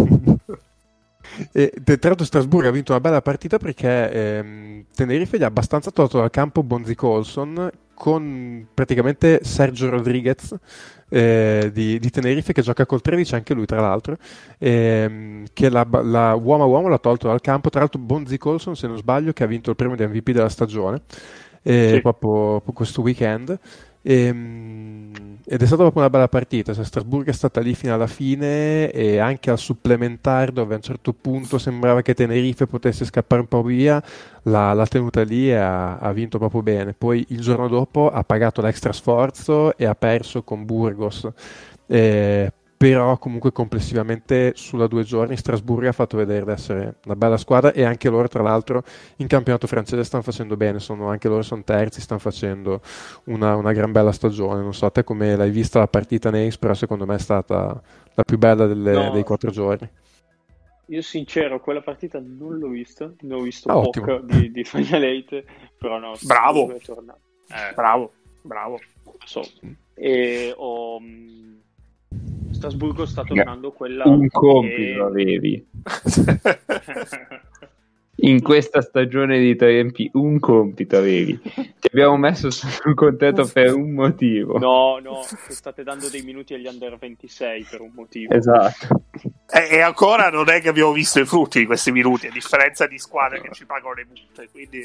E tra l'altro Strasburgo ha vinto una bella partita, perché Tenerife gli ha abbastanza tolto dal campo Bonzi Colson, con praticamente Sergio Rodriguez di Tenerife, che gioca col 13 anche lui tra l'altro, che la uomo a uomo l'ha tolto dal campo. Tra l'altro Bonzi Colson, se non sbaglio, che ha vinto il premio di MVP della stagione proprio questo weekend. Ed è stata proprio una bella partita, cioè Strasburgo è stata lì fino alla fine e anche al supplementare, dove a un certo punto sembrava che Tenerife potesse scappare un po' via, l'ha tenuta lì e ha vinto proprio bene. Poi il giorno dopo ha pagato l'extra sforzo e ha perso con Burgos. Però comunque complessivamente sulla 2 giorni Strasburgo ha fatto vedere di essere una bella squadra, e anche loro tra l'altro in campionato francese stanno facendo bene, anche loro sono terzi, stanno facendo una gran bella stagione. Non so a te come l'hai vista la partita Neis, però secondo me è stata la più bella dei 4 giorni. Io sincero, quella partita non l'ho vista, ne ho visto Ottimo. poca di Final 8, però no, Bravo. è tornato. Bravo. So. E Strasburgo sta tornando quella un compito avevi in questa stagione di 3MP, un compito avevi, ti abbiamo messo sul contesto per un motivo. No, che state dando dei minuti agli under 26 per un motivo. Esatto. E ancora non è che abbiamo visto i frutti di questi minuti, a differenza di squadre che ci pagano le multe, quindi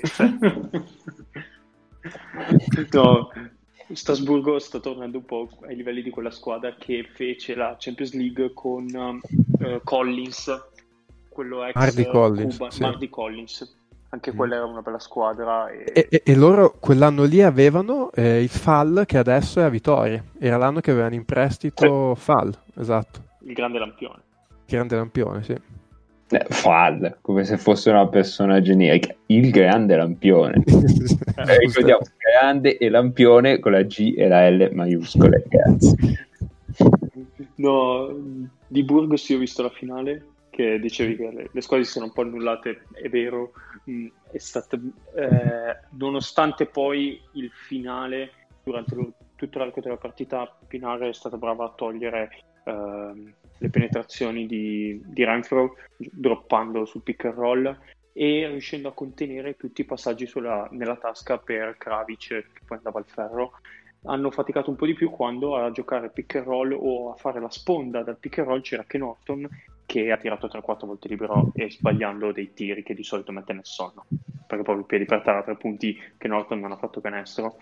No, Strasburgo sta tornando un po' ai livelli di quella squadra che fece la Champions League con Collins, quello ex Mardy Collins, Cuba, sì. Mardy Collins. Anche quella era una bella squadra. E loro quell'anno lì avevano il Fall, che adesso è a Vittoria. Era l'anno che avevano in prestito Fall, esatto. Il grande lampione. Grande lampione, sì. Fall, come se fosse una persona generica. Il grande lampione. Ricordiamo, grande e lampione con la G e la L maiuscole, ragazzi. No, di Burgos io ho visto la finale, che dicevi che le squadre si sono un po' annullate, è vero, è stato, nonostante poi il finale, durante tutto l'arco della partita, Pinar è stata brava a togliere le penetrazioni di Renfro, droppando sul pick and roll e riuscendo a contenere tutti i passaggi nella tasca per Kravic, che poi andava al ferro. Hanno faticato un po' di più quando a giocare pick and roll o a fare la sponda dal pick and roll c'era Ken Norton, che ha tirato 3-4 volte libero e sbagliando dei tiri che di solito mette nel sonno, perché proprio i piedi per terra, 3 punti, che Norton non ha fatto canestro.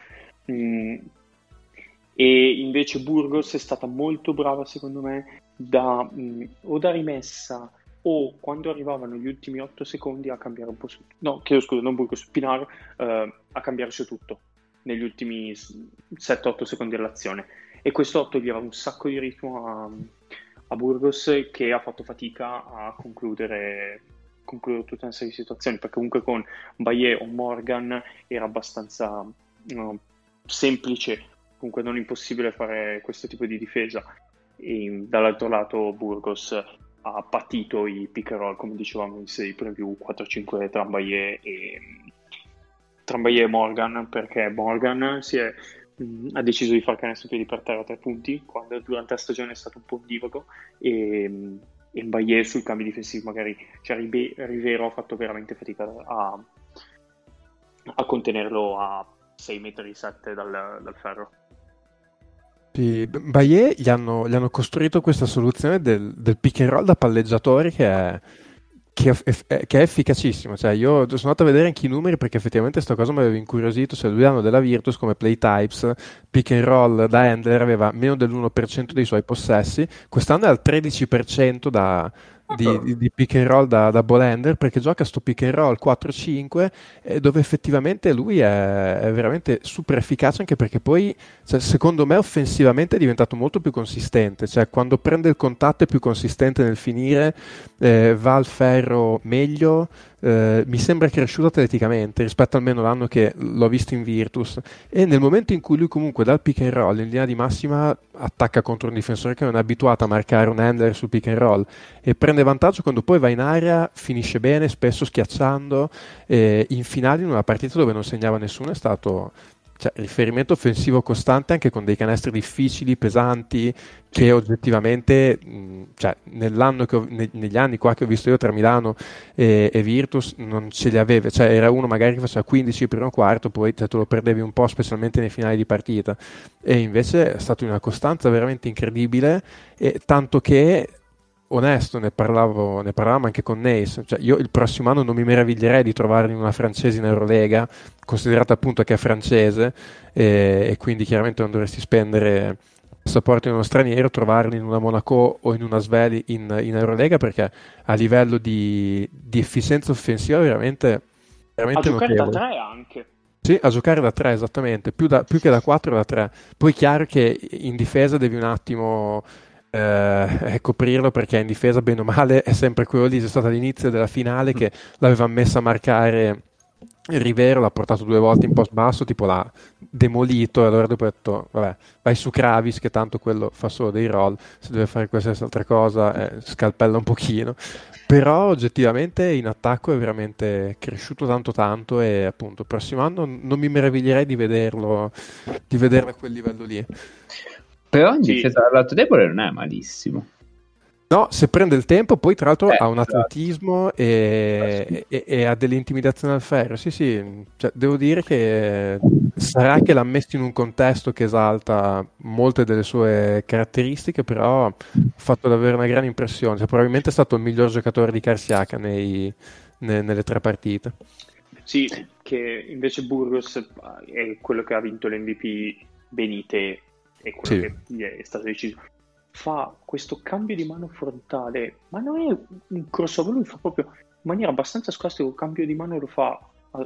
E invece Burgos è stata molto brava secondo me o da rimessa o quando arrivavano gli ultimi 8 secondi a cambiare un po' su, no, chiedo scusa, non Burgos, Pinar, a cambiare su tutto negli ultimi 7-8 secondi dell'azione, e questo toglieva un sacco di ritmo a Burgos, che ha fatto fatica a concludere tutta una serie di situazioni, perché comunque con Baillet o Morgan era abbastanza semplice, comunque non impossibile, fare questo tipo di difesa. E dall'altro lato Burgos ha patito i pick and roll, come dicevamo in serie preview, 4-5 tra Baillet e Morgan, perché Morgan ha deciso di far canestro piedi per terra a 3 punti, quando durante la stagione è stato un po' ondivago, e Baillet sul cambio difensivo magari, cioè Rivero ha fatto veramente fatica a contenerlo a 6,7 metri dal ferro. Baillet gli hanno costruito questa soluzione del pick and roll da palleggiatori che è efficacissimo. Cioè, io sono andato a vedere anche i numeri, perché effettivamente questa cosa mi aveva incuriosito. Cioè, lui l'anno della Virtus come play types, pick and roll da handler aveva meno dell'1% dei suoi possessi, quest'anno è al 13% di pick and roll da ball handler, perché gioca sto pick and roll 4-5, dove effettivamente lui è veramente super efficace, anche perché poi, cioè, secondo me offensivamente è diventato molto più consistente. Cioè, quando prende il contatto è più consistente nel finire, va al ferro meglio, mi sembra cresciuto atleticamente rispetto almeno l'anno che l'ho visto in Virtus, e nel momento in cui lui comunque dal pick and roll in linea di massima attacca contro un difensore che non è abituato a marcare un handler sul pick and roll e prende vantaggio, quando poi va in area finisce bene, spesso schiacciando. In finale, in una partita dove non segnava nessuno, è stato, cioè, riferimento offensivo costante, anche con dei canestri difficili, pesanti, che oggettivamente, cioè, negli anni qua che ho visto io tra Milano e Virtus, non ce li aveva. Cioè, era uno magari che faceva 15 primo quarto, poi te lo perdevi un po', specialmente nei finali di partita, e invece è stata una costanza veramente incredibile, tanto che onesto, ne parlavamo anche con Nace, cioè io il prossimo anno non mi meraviglierei di trovarli in una francese in Eurolega, considerata appunto che è francese, e quindi chiaramente non dovresti spendere passaporto in uno straniero, trovarli in una Monaco o in una Sveli in Eurolega, perché a livello di efficienza offensiva veramente, A veramente giocare da notevole. 3 anche. Sì, a giocare da 3 esattamente, più che da 4 da 3. Poi è chiaro che in difesa devi un attimo coprirlo, perché in difesa bene o male è sempre quello lì. C'è stato all'inizio della finale che l'aveva messa a marcare Rivero, l'ha portato 2 volte in post basso, tipo l'ha demolito, e allora dopo ho detto vabbè, vai su Kravis che tanto quello fa solo dei roll, se deve fare qualsiasi altra cosa scalpella un pochino. Però oggettivamente in attacco è veramente cresciuto tanto e appunto il prossimo anno non mi meraviglierei di vederlo a quel livello lì. Però in Sì. difesa dal lato debole non è malissimo. No, se prende il tempo, poi tra l'altro ha un Esatto. atletismo e ha delle intimidazioni al ferro. Sì, cioè, devo dire che sarà che l'ha messo in un contesto che esalta molte delle sue caratteristiche, però ha fatto davvero una grande impressione. Cioè, probabilmente è stato il miglior giocatore di Karsiaka nelle 3 partite. Sì, che invece Burgos è quello che ha vinto l'MVP, Benite è quello che gli è stato deciso. Fa questo cambio di mano frontale, ma non è un crossover, lui fa proprio in maniera abbastanza scolastica, il cambio di mano lo fa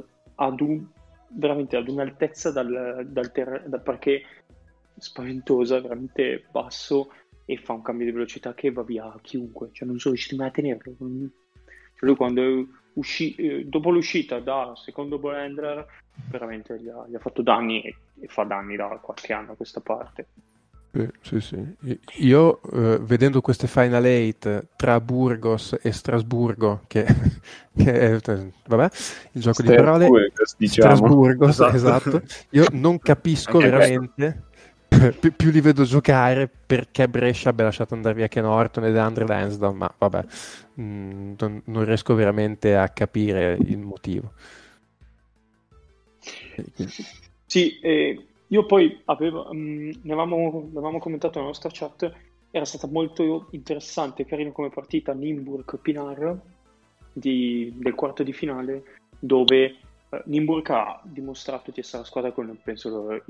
veramente ad un'altezza dal parquet spaventosa, veramente basso, e fa un cambio di velocità che va via a chiunque, cioè non sono riusciti mai a tenerlo. Cioè lui quando è dopo l'uscita da secondo ball handler veramente gli ha fatto danni e fa danni da qualche anno a questa parte. Sì. Io vedendo queste Final 8 tra Burgos e Strasburgo, che è, vabbè, il gioco di parole, Strasburgos, diciamo. Strasburgos, esatto, io non capisco Anche veramente, più li vedo giocare, perché Brescia abbia lasciato andare via Ken Norton ed Andre Lansdowne, ma vabbè, non riesco veramente a capire il motivo. Sì, io poi ne avevamo commentato nella nostra chat, era stata molto interessante e carina come partita Nymburk-Pinar del quarto di finale, dove Nymburk ha dimostrato di essere la squadra con, penso,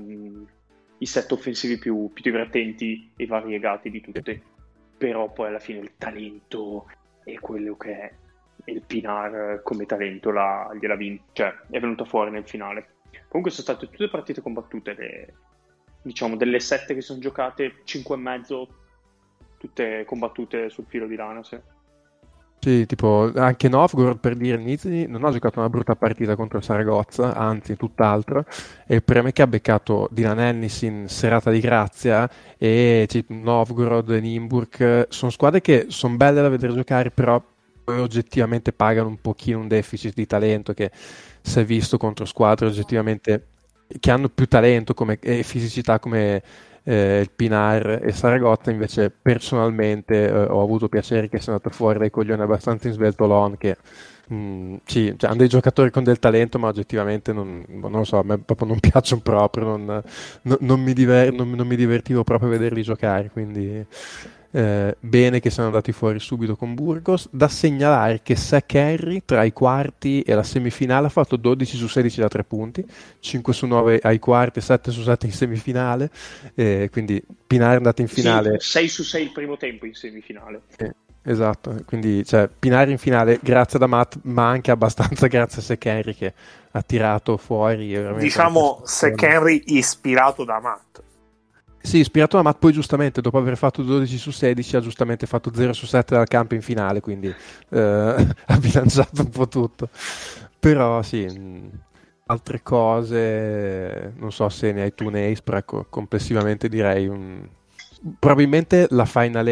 i set offensivi più divertenti e variegati di tutte, però poi alla fine il talento è quello che è, e il Pinar come talento gliela vinto, cioè è venuto fuori nel finale. Comunque sono state tutte partite combattute, diciamo delle 7 che sono giocate, 5 e mezzo tutte combattute sul filo di lana. Sì, tipo anche Novgorod, per dire, Nizhny non ha giocato una brutta partita contro il Saragozza, anzi tutt'altro, e il problema è che ha beccato Dylan Ennis in serata di grazia, e Novgorod e Nymburk sono squadre che sono belle da vedere giocare, però poi oggettivamente pagano un pochino un deficit di talento che si è visto contro squadre oggettivamente che hanno più talento e fisicità come il Pinar e Saragozza. Invece personalmente ho avuto piacere che sia andato fuori dai coglioni abbastanza in svelto Lon, che sì, cioè, hanno dei giocatori con del talento, ma oggettivamente non lo so, a me proprio non piacciono proprio, non mi divertivo proprio a vederli giocare, quindi bene che siano andati fuori subito con Burgos. Da segnalare che Zach Henry tra i quarti e la semifinale ha fatto 12 su 16 da 3 punti, 5 su 9 ai quarti, 7 su 7 in semifinale, quindi Pinar è andato in finale. Sì, 6 su 6 il primo tempo in semifinale. Esatto, quindi cioè, Pinar in finale grazie da Matt, ma anche abbastanza grazie a Zach Henry che ha tirato fuori. Diciamo Zach Henry ispirato da Matt. Sì, ispirato da Matt, poi giustamente dopo aver fatto 12 su 16 ha giustamente fatto 0 su 7 dal campo in finale, quindi ha bilanciato un po' tutto. Però sì, altre cose, non so se ne hai tu ne hai, però ecco, complessivamente direi probabilmente la Final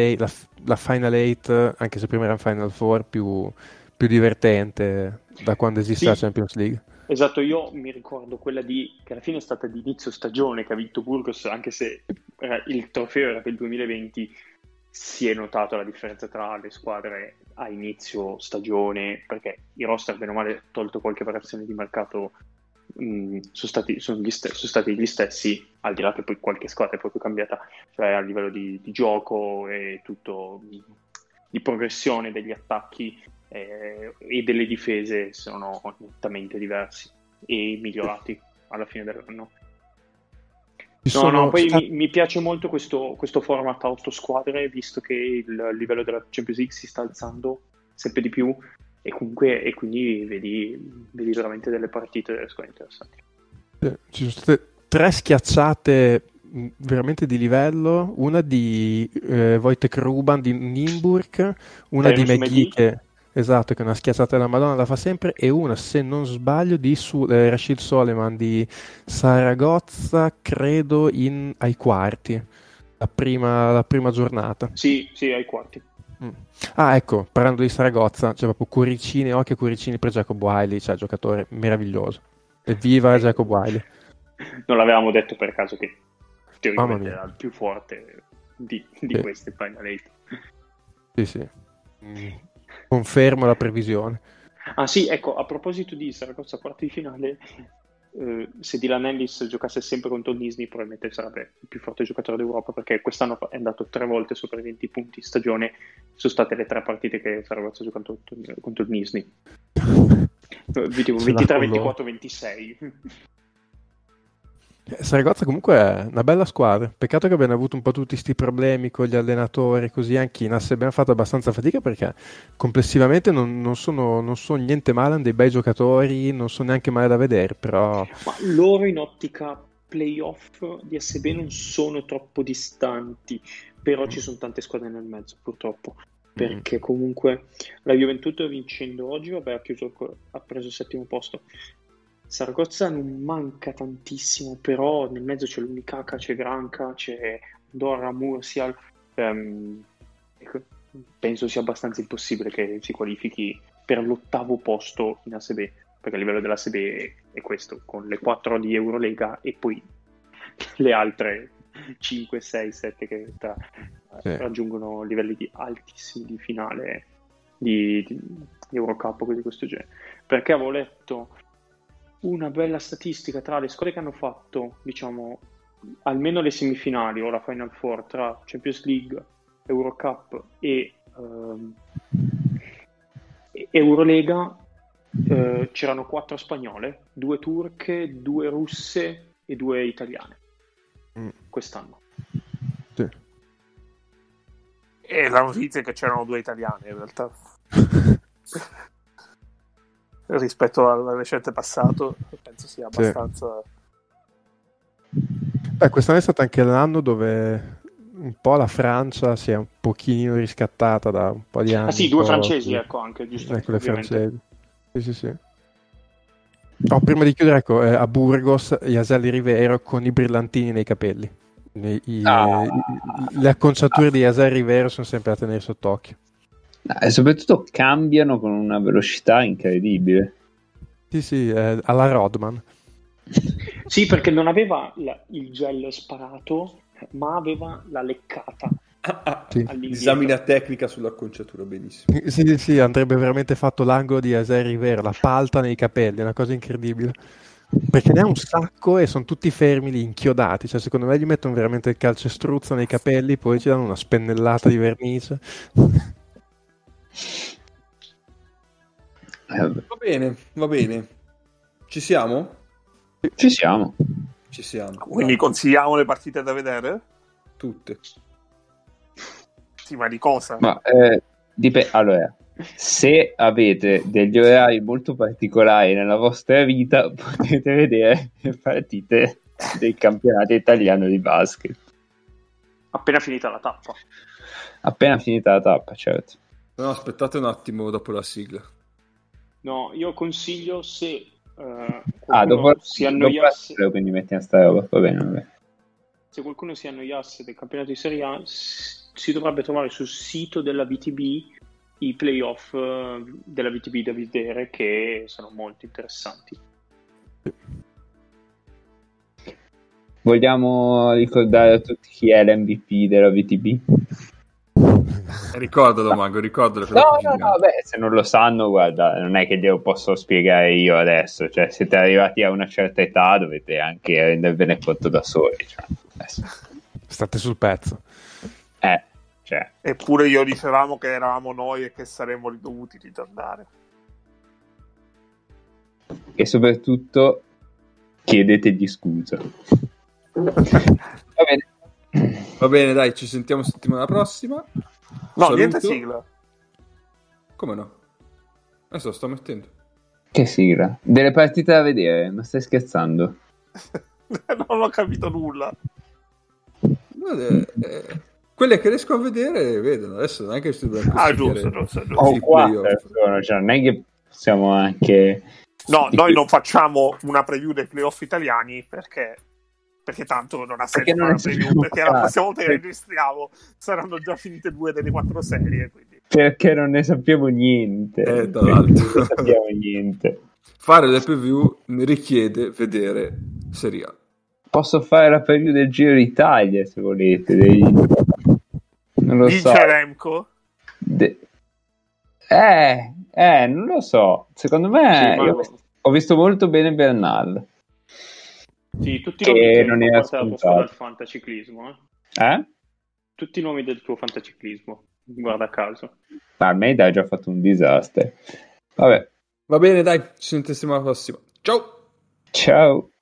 8, anche se prima era Final 4, più divertente da quando esiste la Champions League. Esatto, io mi ricordo quella che alla fine è stata di inizio stagione, che ha vinto Burgos, anche se il trofeo era del 2020, si è notata la differenza tra le squadre a inizio stagione, perché i roster, bene o male, tolto qualche variazione di mercato, sono stati gli stessi, al di là che poi qualche squadra è proprio cambiata, cioè a livello di gioco e tutto di progressione degli attacchi e delle difese sono nettamente diversi e migliorati alla fine dell'anno. Poi mi piace molto questo format a 8 squadre, visto che il livello della Champions League si sta alzando sempre di più e quindi vedi veramente delle partite interessanti. Ci sono state 3 schiacciate veramente di livello, una di Wojtek Ruban di Nymburk, una di McGee che è una schiacciata della Madonna, la fa sempre, e una, se non sbaglio, di Rashid Soleman di Saragozza, credo ai quarti, la prima giornata. Sì, ai quarti. Ah, ecco, parlando di Saragozza, c'è proprio cuoricini, occhio cuoricini per Jacob Wiley, cioè giocatore meraviglioso. Evviva Jacob Wiley. Non l'avevamo detto per caso che teoricamente era il più forte di queste Final Eight. Sì. Confermo la previsione. Ah sì, ecco, a proposito di Saragozza quarti di finale, se Dylan Ellis giocasse sempre contro il Disney probabilmente sarebbe il più forte giocatore d'Europa, perché quest'anno è andato 3 volte sopra i 20 punti in stagione. Sono state le 3 partite che Saragozza ha giocato contro il Disney. 23, 24, 26. Saragozza comunque è una bella squadra, peccato che abbiano avuto un po' tutti questi problemi con gli allenatori, così anche in asse abbiamo fatto abbastanza fatica, perché complessivamente non sono niente male, hanno dei bei giocatori, non sono neanche male da vedere, però... Ma loro in ottica playoff di SB non sono troppo distanti, però ci sono tante squadre nel mezzo purtroppo, perché comunque la Juventus vincendo oggi, ha preso il 7° posto. Saragozza non manca tantissimo, però nel mezzo c'è l'Unicaca, c'è Granca, c'è Andorra, Murcia. Penso sia abbastanza impossibile che si qualifichi per l'8° posto in ASB, perché a livello dell'ASB è questo, con le 4 di Eurolega e poi le altre 5, 6, 7 che raggiungono livelli altissimi di finale di Eurocup o cose di questo genere. Perché avevo letto una bella statistica tra le squadre che hanno fatto, diciamo, almeno le semifinali o la Final Four tra Champions League, Eurocup e Eurolega. C'erano 4 spagnole, 2 turche, 2 russe e 2 italiane quest'anno. Sì. E la notizia è che c'erano 2 italiane in realtà. Rispetto al recente passato, penso sia abbastanza... Quest'anno è stato anche l'anno dove un po' la Francia si è un pochino riscattata da un po' di anni. Ah sì, 2 francesi, ecco, anche, giusto. Ecco, le francesi. Sì. Oh, prima di chiudere, ecco, a Burgos, Yaselli Rivero con i brillantini nei capelli. Le acconciature di Yaselli Rivero sono sempre da tenere sott'occhio. E soprattutto cambiano con una velocità incredibile. Sì, alla Rodman. Sì, perché non aveva il gel sparato, ma aveva la leccata. Sì. Esamina tecnica sull'acconciatura, benissimo. Sì, andrebbe veramente fatto l'angolo di Yaselli Rivero, la palta nei capelli, è una cosa incredibile. Perché ne ha un sacco e sono tutti fermi lì, inchiodati. Cioè, secondo me gli mettono veramente il calcestruzzo nei capelli, poi ci danno una spennellata di vernice. Va bene. Ci siamo? Ci siamo. Quindi consigliamo le partite da vedere? Tutte. Sì, ma di cosa? Ma allora, se avete degli orari molto particolari nella vostra vita, potete vedere le partite del campionato italiano di basket. Appena finita la tappa. Certo. No, aspettate un attimo dopo la sigla. No, io consiglio, se dopo si annoiasse, quindi mettiamo sta roba, va bene. Se qualcuno si annoiasse del campionato di Serie A, si dovrebbe trovare sul sito della VTB i playoff della VTB da vedere, che sono molto interessanti. Vogliamo ricordare a tutti chi è l'MVP della VTB? Ricordalo, Mago, ricordalo. No, se non lo sanno, guarda, non è che glielo posso spiegare io adesso, cioè siete arrivati a una certa età, dovete anche rendervene conto da soli, cioè, state sul pezzo. Cioè, Eppure io dicevamo che eravamo noi e che saremmo dovuti ritornare. e soprattutto chiedetegli scusa. Va bene. Va bene, dai, ci sentiamo settimana prossima. No, Saluto. niente sigla. Come no? Adesso lo sto mettendo. Che sigla? Delle partite da vedere, ma stai scherzando? Non ho capito nulla. Quelle che riesco a vedere vedono. Adesso non è che si dovrebbe Giusto. Oh, sono, cioè, non è che possiamo anche... No, noi non facciamo una preview dei playoff italiani perché tanto non ha senso fare una preview, perché la prossima volta che registriamo saranno già finite 2 delle 4 serie, quindi. Perché non ne sappiamo niente. Tra l'altro. Non sappiamo niente. Fare le preview richiede vedere Serie A. Posso fare la preview del Giro d'Italia se volete. Non lo so. Vince Remco? Non lo so. Secondo me Sì, io ho visto molto bene Bernal. Sì, tutti Che i nomi non che era porta la tua scontato. squadra al fantaciclismo. Eh? Tutti i nomi del tuo fantaciclismo, guarda caso. Almeida ha già fatto un disastro. Vabbè. Va bene, dai, ci sentiamo la prossima. Ciao! Ciao.